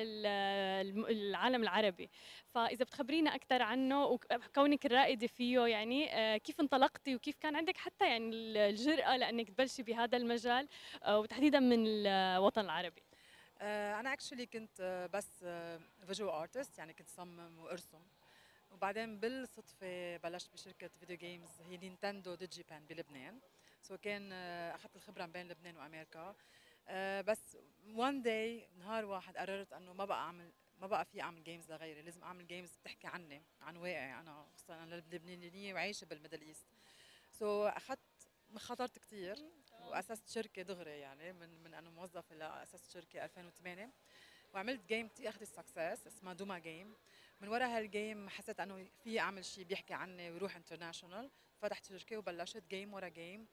بالعالم العربي، فاذا بتخبرينا اكثر عنه وكونك الرائده فيه، يعني كيف انطلقتي وكيف كان عندك حتى يعني الجرأه لانك تبلشي بهذا المجال وتحديدا من الوطن العربي؟ انا اكشلي كنت بس فيجوال ارتست، يعني كنت صمم وارسم، وبعدين بالصدفه بلشت بشركه فيديو جيمز هي نينتندو ديجي بان بلبنان. كان اخذت الخبره بين لبنان وامريكا. بس وان داي نهار واحد قررت انه ما بقى في اعمل جيمز لغيري، لازم اعمل جيمز بتحكي عني، عن واقعي انا، خصوصا انا لبنانيه وعايشه بالميدل ايست. اخذت خطرت كثير واسست شركه دغري، يعني من انا موظفه لاسست شركه 2008، وعملت جيم كثير اخذت سكسس اسمها دوما جيم. من وراء هالجيم حسيت انه في اعمل شيء بيحكي عني ويروح انترناشونال، فتحت شركه وبلشت جيم ورا جيم،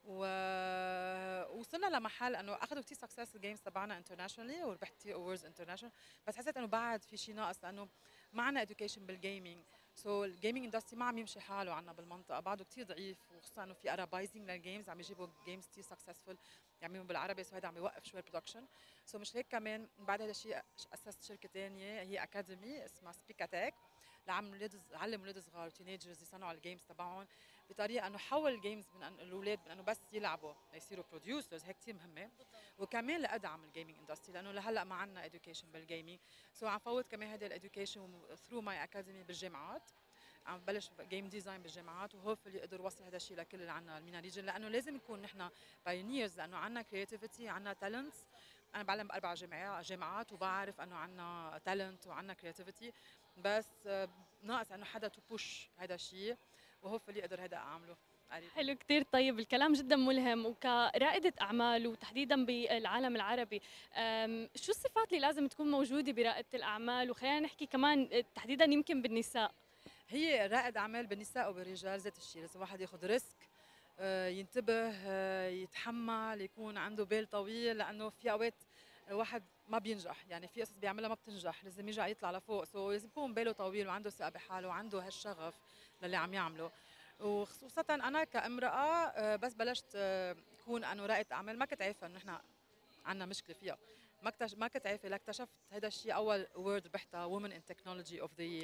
ووصلنا لمحل انه اخذوا كثير سكسس الجيمز تبعنا انترناشونالي وربحت كثير اووردز انترناشونال، بس حسيت انه بعد في شيء ناقص لانه ما عندنا اديوكيشن بالجيمنج. الجيمنج اندستري ما عم يمشي حاله عنا بالمنطقه، بعده كثير ضعيف، وخصوصا انه في ارابايزنج للجيمز، عم يجيبوا جيمز كثير سكسسفul يعملوهم بالعربي، هذا عم يوقف شوي البرودكشن. مش هيك كمان بعد هذا الشيء اسست شركه ثانيه هي اكاديمي اسمها سبيكاتيك، لعلم اولاد صغار تينيجرز يصنعوا الجيمز تبعهم بطريقه انه حول الجيمز من الاولاد من انه بس يلعبوا ليصيروا بروديوسرز، هيك كثير مهمه، وكمان لادعم الجيمنج اندستري لانه لهلا ما عندنا اديوكيشن بالجيمنج. عم فوت كمان هذا الاديوكيشن ثرو ماي اكاديمي بالجامعات، عم بلش جيم ديزاين بالجامعات، وهوبفلي اقدر اوصل هذا الشيء لكل اللي عندنا المينا ريجن، لانه لازم نكون نحن بايونيرز، لانه عندنا كرياتيفيتي، عندنا تالنتس. انا بعلم باربع جامعات وبعرف انه عندنا تالنت وعندنا كرياتيفيتي، بس ناقص انه حدا تو بوش هذا الشيء، وهوبفلي اقدر هذا اعمله. حلو كتير. طيب الكلام جدا ملهم، وكرائدة أعمال وتحديدا بالعالم العربي، شو الصفات اللي لازم تكون موجودة برائدة الأعمال؟ وخلينا نحكي كمان تحديدا يمكن بالنساء. هي رائد أعمال بالنساء وبالرجال ذات الشيء، لازم واحد ياخذ ريسك، ينتبه، يتحمل، يكون عنده بال طويل، لأنه في أوقات الواحد ما بينجح، يعني في قصص بيعملها ما بتنجح، لازم يرجع يطلع لفوق. لازم يكون باله طويل وعنده ثقة بحاله وعنده هالشغف للي عم يعمله. وخصوصا انا كامراه بس بلشت اكون انه رائده اعمال، ما كنت عارفه انه نحن عندنا مشكله فيها، ما كنت عارفه، لا اكتشفت هذا الشيء اول وورد ربحتها وومن ان تكنولوجي اوف ذا يير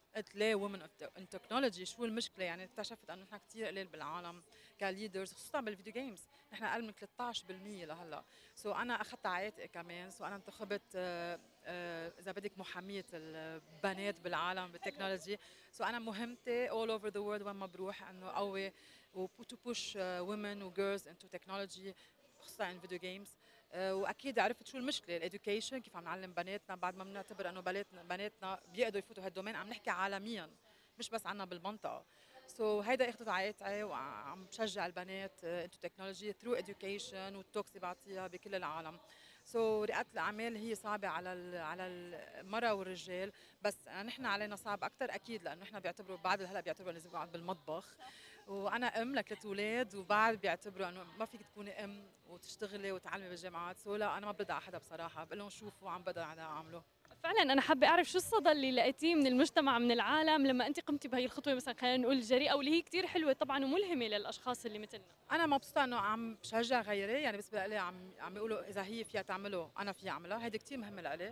قلت ليه وومن ان تكنولوجي، شو المشكله؟ يعني اكتشفت انه نحن كثير قليل بالعالم كليدرز خصوصا بالفيديو جيمز، نحن اقل من 13% لهلا. سو انا اخذت عاتقي كمان، سو انا انتخبت اذا بدك محاميه البنات بالعالم بالتكنولوجي. سو انا مهمتي اول اوفر ذا وورلد وين ما بروح انه قوي to push women و girls into technology خصوصا in video games. واكيد عرفت شو المشكله، الاديوكيشن، كيف عم نعلم بناتنا بعد ما بنعتبر انه بناتنا بيقدروا يفوتوا هالدومين، عم نحكي عالميا مش بس عنا بالمنطقه. سو هيدا اخذت عياتي وعم بشجع البنات انتو تكنولوجي ثرو اديوكيشن والتوكسي بعطيها بكل العالم. سو رئاسه الاعمال هي صعبه على المراه والرجال، بس نحن علينا صعب اكثر اكيد، لانه نحن بيعتبروا بعد هلا بيعتبروا لازم اقعد بالمطبخ، وانا ام لثلاث اولاد وبعد بيعتبروا انه ما فيك تكوني ام وتشتغلي وتعلمي بالجامعات. سو لا انا ما برد على حدا بصراحه، بقول لهم شوفوا عم بقدر اعمله. فعلا انا حابه اعرف شو الصدى اللي لقيتيه من المجتمع من العالم لما انت قمتي بهي الخطوه، مثلا خلينا نقول الجريئه واللي هي كثير حلوه طبعا وملهمه للاشخاص اللي مثلنا. انا مبسوطه انه عم بشجع غيري، يعني بالنسبه لي عم يقولوا اذا هي فيها تعمله انا فيها اعملها، هيدي كثير مهمه لإلي.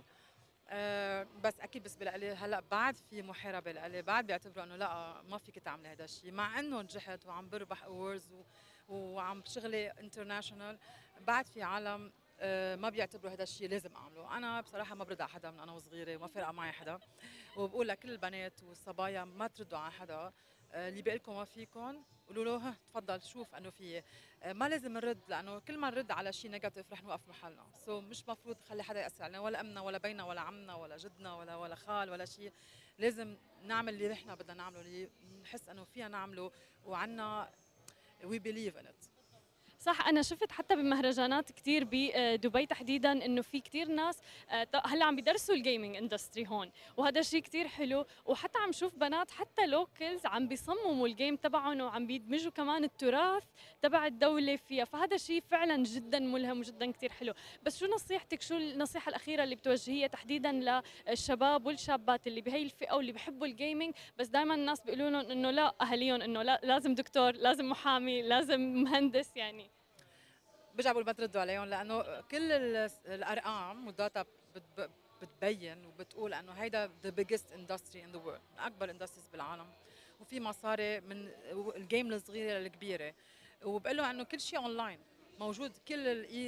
بس اكيد بالنسبه لي هلا بعد في محاربه لإلي، بعد بيعتبروا انه لا ما فيك تعملي هذا الشيء، مع انه نجحت وعم بربح اووردز وعم بشغلي انترناشونال، بعد في عالم ما بيعتبروا هذا الشيء لازم اعمله. انا بصراحه ما برد على حدا من انا وصغيره وما فارقه معي حدا، وبقول لكل البنات والصبايا ما تردوا على حدا، اللي بيقول لكم ما فيكم قولوا له تفضل شوف انه في، ما لازم نرد، لانه كل ما نرد على شيء نيجاتيف رح نوقف محلنا. سو مش مفروض نخلي حدا ياثر علينا، ولا امنا ولا بينا ولا عمنا ولا جدنا ولا خال ولا شيء. لازم نعمل اللي نحن بدنا نعمله، اللي نحس انه فينا نعمله وعنا وي بيليف ان ات. صح، انا شفت حتى بمهرجانات كثير بدبي تحديدا انه في كثير ناس هلا عم بيدرسوا الجيمنج اندستري هون، وهذا شيء كثير حلو، وحتى عم شوف بنات حتى لوكلز عم بيصمموا الجيم تبعهم وعم بيدمجوا كمان التراث تبع الدوله فيها، فهذا شيء فعلا جدا ملهم وجدا كثير حلو. بس شو نصيحتك، شو النصيحه الاخيره اللي بتوجهيها تحديدا للشباب والشابات اللي بهي الفئه واللي بيحبوا الجيمنج، بس دائما الناس بيقولوا لهم انه لا، اهاليهم انه لا لازم دكتور، لازم محامي، لازم مهندس؟ يعني برجع بقول ما تردوا عليهم، لانه كل الارقام والداتا بتبين وبتقول انه هيدا the biggest industry in the world، من اكبر اندستريز بالعالم، وفي مصاري من الجيم الصغيره للكبيره. وبقول له انه كل شيء اونلاين موجود، كل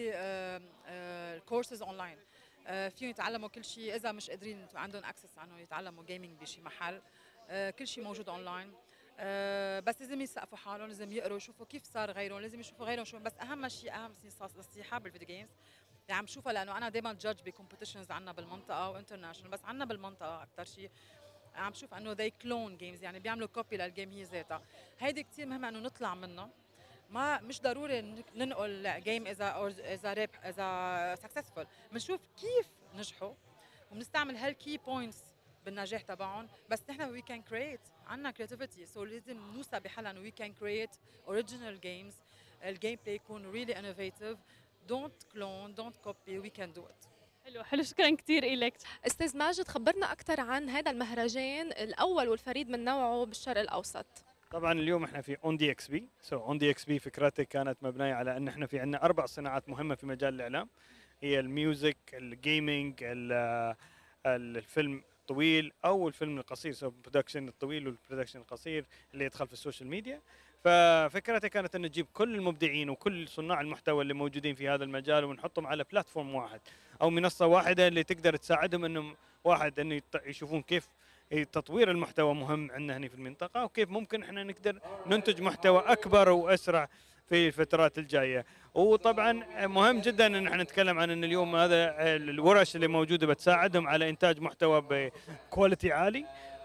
الكورسز اونلاين، فيهم يتعلموا كل شيء، اذا مش قادرين عندهم اكسس انه يتعلموا جيمنج بشي محل، كل شيء موجود اونلاين. بس لازم يسقفوا حالهم، لازم يقروا يشوفوا كيف صار غيرهم، لازم يشوفوا غيرهم شو. بس اهم شيء، اهم نصيحه بالفيديو جيمز اللي عم شوفها، لانه انا دائما جادج بكومبيتيشنز عندنا بالمنطقه وانترناشونال، بس عندنا بالمنطقه اكثر شيء عم شوف انه they clone games، يعني بيعملوا كوبي للجيم هي ذاتها. هيدي كثير مهمه انه نطلع منها، ما مش ضروري ننقل جيم اذا سكسسفول، بنشوف كيف نجحوا وبنستعمل هالكي بوينتس بالنجاح تبعهم. بس نحن وي كان كرييت، عندنا كرياتيفيتي، سو لازم نوصل بحل انه وي كان كرييت اوريجينال جيمز، الجيم بلاي يكون ريلي انوفيتيف، دونت كلون دونت كوبي، وي كان دو ات. حلو حلو، شكرا كثير لك. استاذ ماجد، خبرنا اكثر عن هذا المهرجان الاول والفريد من نوعه بالشرق الاوسط. طبعا اليوم احنا في اون دي اكس بي، اون دي اكس بي فكرته كانت مبنيه على ان احنا في عندنا 4 صناعات مهمه في مجال الاعلام، هي الميوزك، الجيمنج، الفيلم الطويل او الفيلم القصير، سواء البرودكشن الطويل والبرودكشن القصير اللي يدخل في السوشيال ميديا. ففكرتها كانت ان نجيب كل المبدعين وكل صناع المحتوى اللي موجودين في هذا المجال ونحطهم على بلاتفورم واحد او منصه واحده اللي تقدر تساعدهم انهم واحد انه يشوفون كيف تطوير المحتوى مهم عندنا هنا في المنطقه، وكيف ممكن احنا نقدر ننتج محتوى اكبر واسرع في الفترات الجايه. وطبعا مهم جدا ان احنا نتكلم عن ان اليوم هذا الورش اللي موجوده بتساعدهم على انتاج محتوى بكواليتي عالي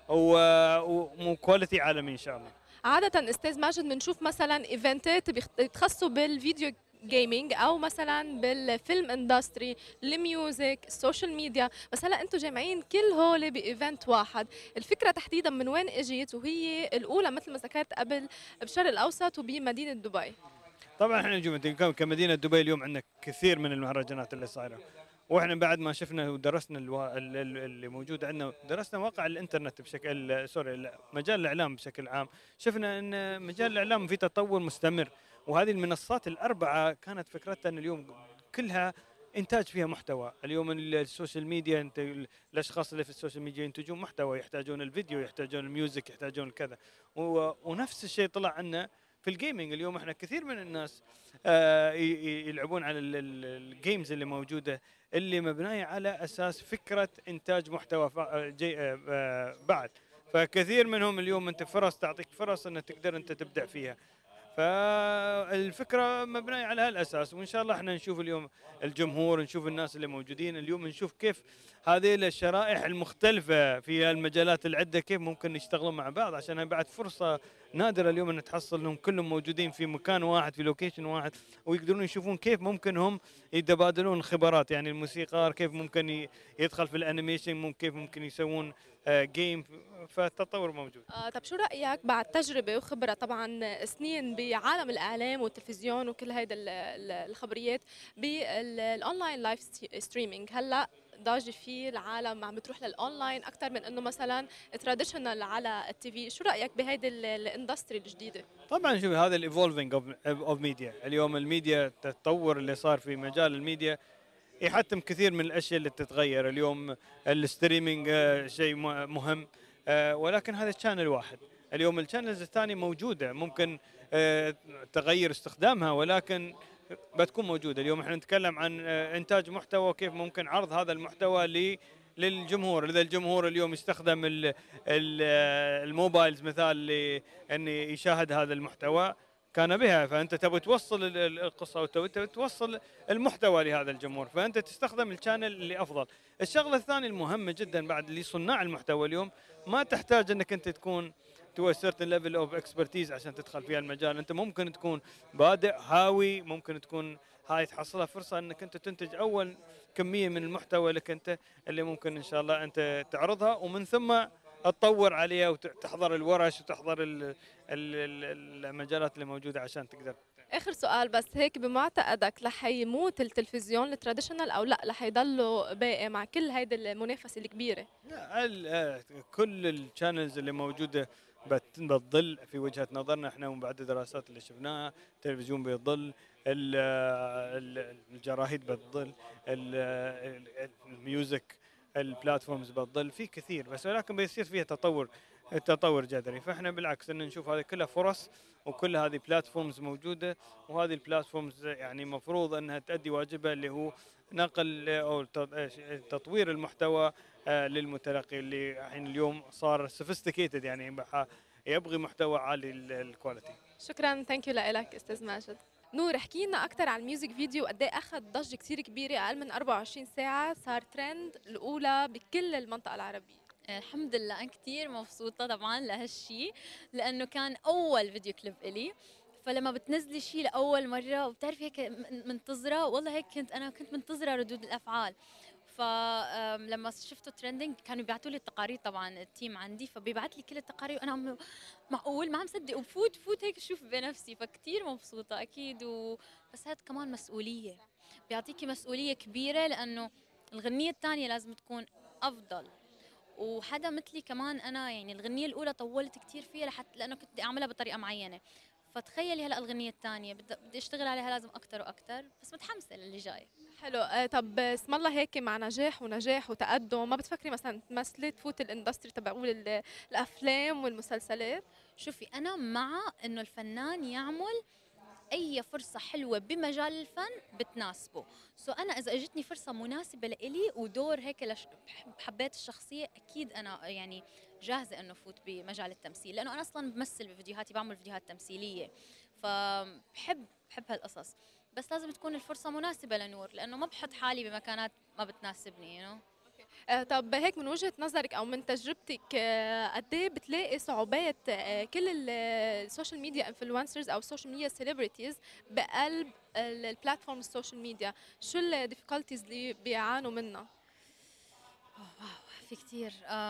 وكواليتي عالمي ان شاء الله. عادة استاذ ماجد بنشوف مثلا ايفنتات بيتخصصوا بالفيديو جيمنج او مثلا بالفيلم اندستري، الميوزك، السوشيال ميديا، بس هلا انتم جامعين كل هول بايفنت واحد. الفكره تحديدا من وين اجت، وهي الاولى مثل ما ذكرت قبل بالشرق الاوسط وبمدينه دبي؟ طبعا احنا نجوم كمدينه دبي اليوم عندنا كثير من المهرجانات اللي صايره، واحنا بعد ما شفنا ودرسنا اللي موجود عندنا، درسنا واقع الانترنت بشكل مجال الاعلام بشكل عام، شفنا ان مجال الاعلام في تطور مستمر، وهذه المنصات ال4 كانت فكرتها ان اليوم كلها انتاج فيها محتوى. اليوم السوشيال ميديا، انت الاشخاص اللي في السوشيال ميديا ينتجون محتوى، يحتاجون الفيديو، يحتاجون الميوزك، يحتاجون كذا. ونفس الشيء طلع عنا في الجيمنج. اليوم احنا كثير من الناس يلعبون على الجيمز اللي موجوده، اللي مبنيه على اساس فكره انتاج محتوى بعد. فكثير منهم اليوم انت تعطيك فرص ان تقدر انت تبدع فيها. فالفكره مبنيه على هالاساس، وان شاء الله احنا نشوف اليوم الجمهور، نشوف الناس اللي موجودين اليوم، نشوف كيف هذه الشرائح المختلفه في المجالات العده كيف ممكن يشتغلون مع بعض، عشان بعد فرصه نادره اليوم ان تحصل انهم كلهم موجودين في مكان واحد، في لوكيشن واحد، ويقدرون يشوفون كيف ممكن هم يتبادلون خبرات. يعني الموسيقار كيف ممكن يدخل في الانيميشن، كيف ممكن يسوون جيم، فالتطور موجود. طب شو رأيك بعد تجربة وخبرة طبعا سنين بعالم الإعلام والتلفزيون وكل هيدا الخبريات بالأونلاين لايف ستريمينج؟ هلا ضاجة فيه العالم عم بتروح للأونلاين أكثر من إنه مثلا تراديشنال على التي في. شو رأيك بهيدي الاندستري الجديدة؟ طبعا شوف، هذا الايفولفينج اوف ميديا. اليوم الميديا، التطور اللي صار في مجال الميديا يحتم كثير من الاشياء اللي تتغير. اليوم الستريمينج شيء مهم، ولكن هذا الشانل واحد. اليوم الشانلز الثانيه موجوده، ممكن تغير استخدامها، ولكن بتكون موجوده. اليوم احنا نتكلم عن انتاج محتوى، كيف ممكن عرض هذا المحتوى للجمهور. اذا الجمهور اليوم يستخدم الموبايلز مثال لان يشاهد هذا المحتوى كان بها، فانت تبغى توصل القصه وتبغى توصل المحتوى لهذا الجمهور، فانت تستخدم الشانل اللي افضل. الشغله الثانيه المهمه جدا بعد لصناع المحتوى اليوم، ما تحتاج انك انت تكون تو certain level of expertise عشان تدخل في المجال. انت ممكن تكون بادئ هاوي، ممكن تكون هاي تحصلها فرصه انك انت تنتج اول كميه من المحتوى لك انت، اللي ممكن ان شاء الله انت تعرضها، ومن ثم تطور عليها وتحضر الورش وتحضر المجالات اللي موجوده عشان تقدر. اخر سؤال بس هيك، بمعتقدك رح يموت التلفزيون التراديشنال او لا رح يضلوا باقي مع كل هيدي المنافسه الكبيره؟ لا، كل الشانلز اللي موجوده بتضل في وجهه نظرنا احنا، ومن بعد الدراسات اللي شفناها التلفزيون بيضل، الجرايد بتضل، الميوزك، البلاتفورمز بتضل، في كثير بس، ولكن بيصير فيها تطور جذري. فاحنا بالعكس ان نشوف هذه كلها فرص، وكل هذه بلاتفورمز موجوده، وهذه البلاتفورمز يعني مفروض انها تؤدي واجبها اللي هو نقل او تطوير المحتوى للمتلقي، اللي الحين اليوم صار سوفيستيكيتد، يعني يبغي محتوى عالي الكواليتي. شكرا، ثانك يو لك استاذ ماجد. نور، احكي لنا اكثر عن الميوزك فيديو، قد ايه اخذ ضجه كثير كبيره، اقل من 24 ساعه صار ترند الاولى بكل المنطقه العربيه. الحمد لله، أنا كثير مبسوطة طبعا لهالشي، لأنه كان أول فيديو كليب إلي. فلما بتنزلي شيء لأول مرة وبتعرفي هيك منتظرة، والله هيك كنت منتظرة ردود الأفعال. فلما شفته ترندنج كانوا بيبعتوا لي التقارير، طبعا التيم عندي فبيبعت لي كل التقارير، وانا معقول ما عم صدق، وفوت هيك اشوف بنفسي. فكتير مبسوطه اكيد، بس هاد كمان مسؤوليه، بيعطيكي مسؤوليه كبيره، لانه الغنيه الثانيه لازم تكون افضل. وحدا مثلي كمان انا، يعني الغنيه الاولى طولت كتير فيها لانه كنت بدي اعملها بطريقه معينه. فتخيلي هلا الغنيه الثانيه بدي اشتغل عليها لازم اكثر واكثر، بس متحمسه للي جاي. حلو. طب اسم الله هيك مع نجاح وتقدم، ما بتفكري مثلا تمثلي تفوت الاندستري تبعول الافلام والمسلسلات؟ شوفي، انا مع انه الفنان يعمل اي فرصه حلوه بمجال الفن بتناسبه. انا اذا اجتني فرصه مناسبه لإلي ودور هيك حبيت الشخصيه، اكيد انا يعني جاهزه انه فوت بمجال التمثيل، لانه انا اصلا بمثل بفيديوهاتي، بعمل فيديوهات تمثيليه، فبحب هالقصص. بس لازم تكون الفرصه مناسبه لنور، لانه ما بحط حالي بمكانات ما بتناسبني طب هيك من وجهة نظرك أو من تجربتك، قد ايه بتلاقي صعوبات كل السوشيال ميديا انفلونسرز أو السوشيال ميديا سيلبرتيز بقلب البلاتفورم السوشيال ميديا؟ شو الديفيكولتيز اللي بيعانوا منها؟ في كثير.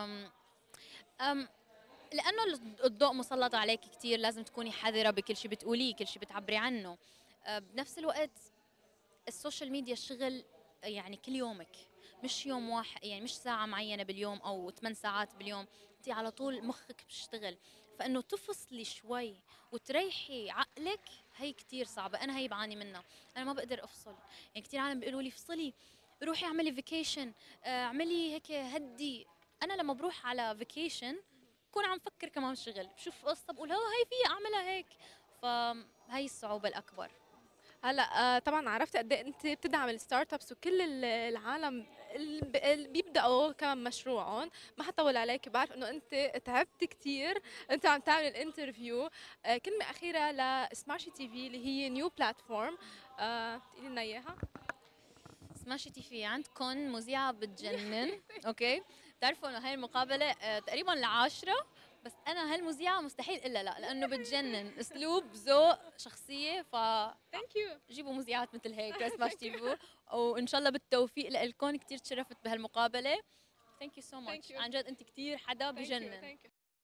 لأنه الضوء مسلط عليك كثير، لازم تكوني حذرة بكل شيء بتقوليه، كل شيء بتعبري بنفس الوقت السوشيال ميديا شغل يعني كل يومك، مش يوم واحد، يعني مش ساعه معينه باليوم او 8 ساعات باليوم، انت على طول مخك بيشتغل. فانه تفصلي شوي وتريحي عقلك هي كتير صعبه، انا هي بعاني منها، انا ما بقدر افصل. يعني كتير عالم بيقولوا لي افصلي، روحي اعملي فيكيشن، اعملي هيك هدي. انا لما بروح على فيكيشن بكون عم فكر كمان شغل، بشوف قصه بقول هي في اعملها هيك. فهي الصعوبه الاكبر. هلا طبعا عرفت قد ايه انت بتدعم الستارت ابس، وكل العالم اللي بيبداوا كمان مشروعهم ما حطول عليك. بعرف انه انت تعبت كثير انت عم تعمل الانترفيو. كلمه اخيره لسماشي تي في اللي هي نيو بلاتفورم، تقولي لنا اياها. سماشي تي في عندكم مذيعه بتجنن. اوكي، بتعرفوا انه هاي المقابله تقريبا ل10، بس انا هالمذيعه مستحيل الا لا، لانه بتجنن اسلوب ذوق شخصيه. ثانك يو، جيبوا مذيعات مثل هيك سماش تي في، وان شاء الله بالتوفيق لكم. كثير تشرفت بهالمقابله. ثانك يو سو ماتش، عن جد انت كثير حدا بجنن.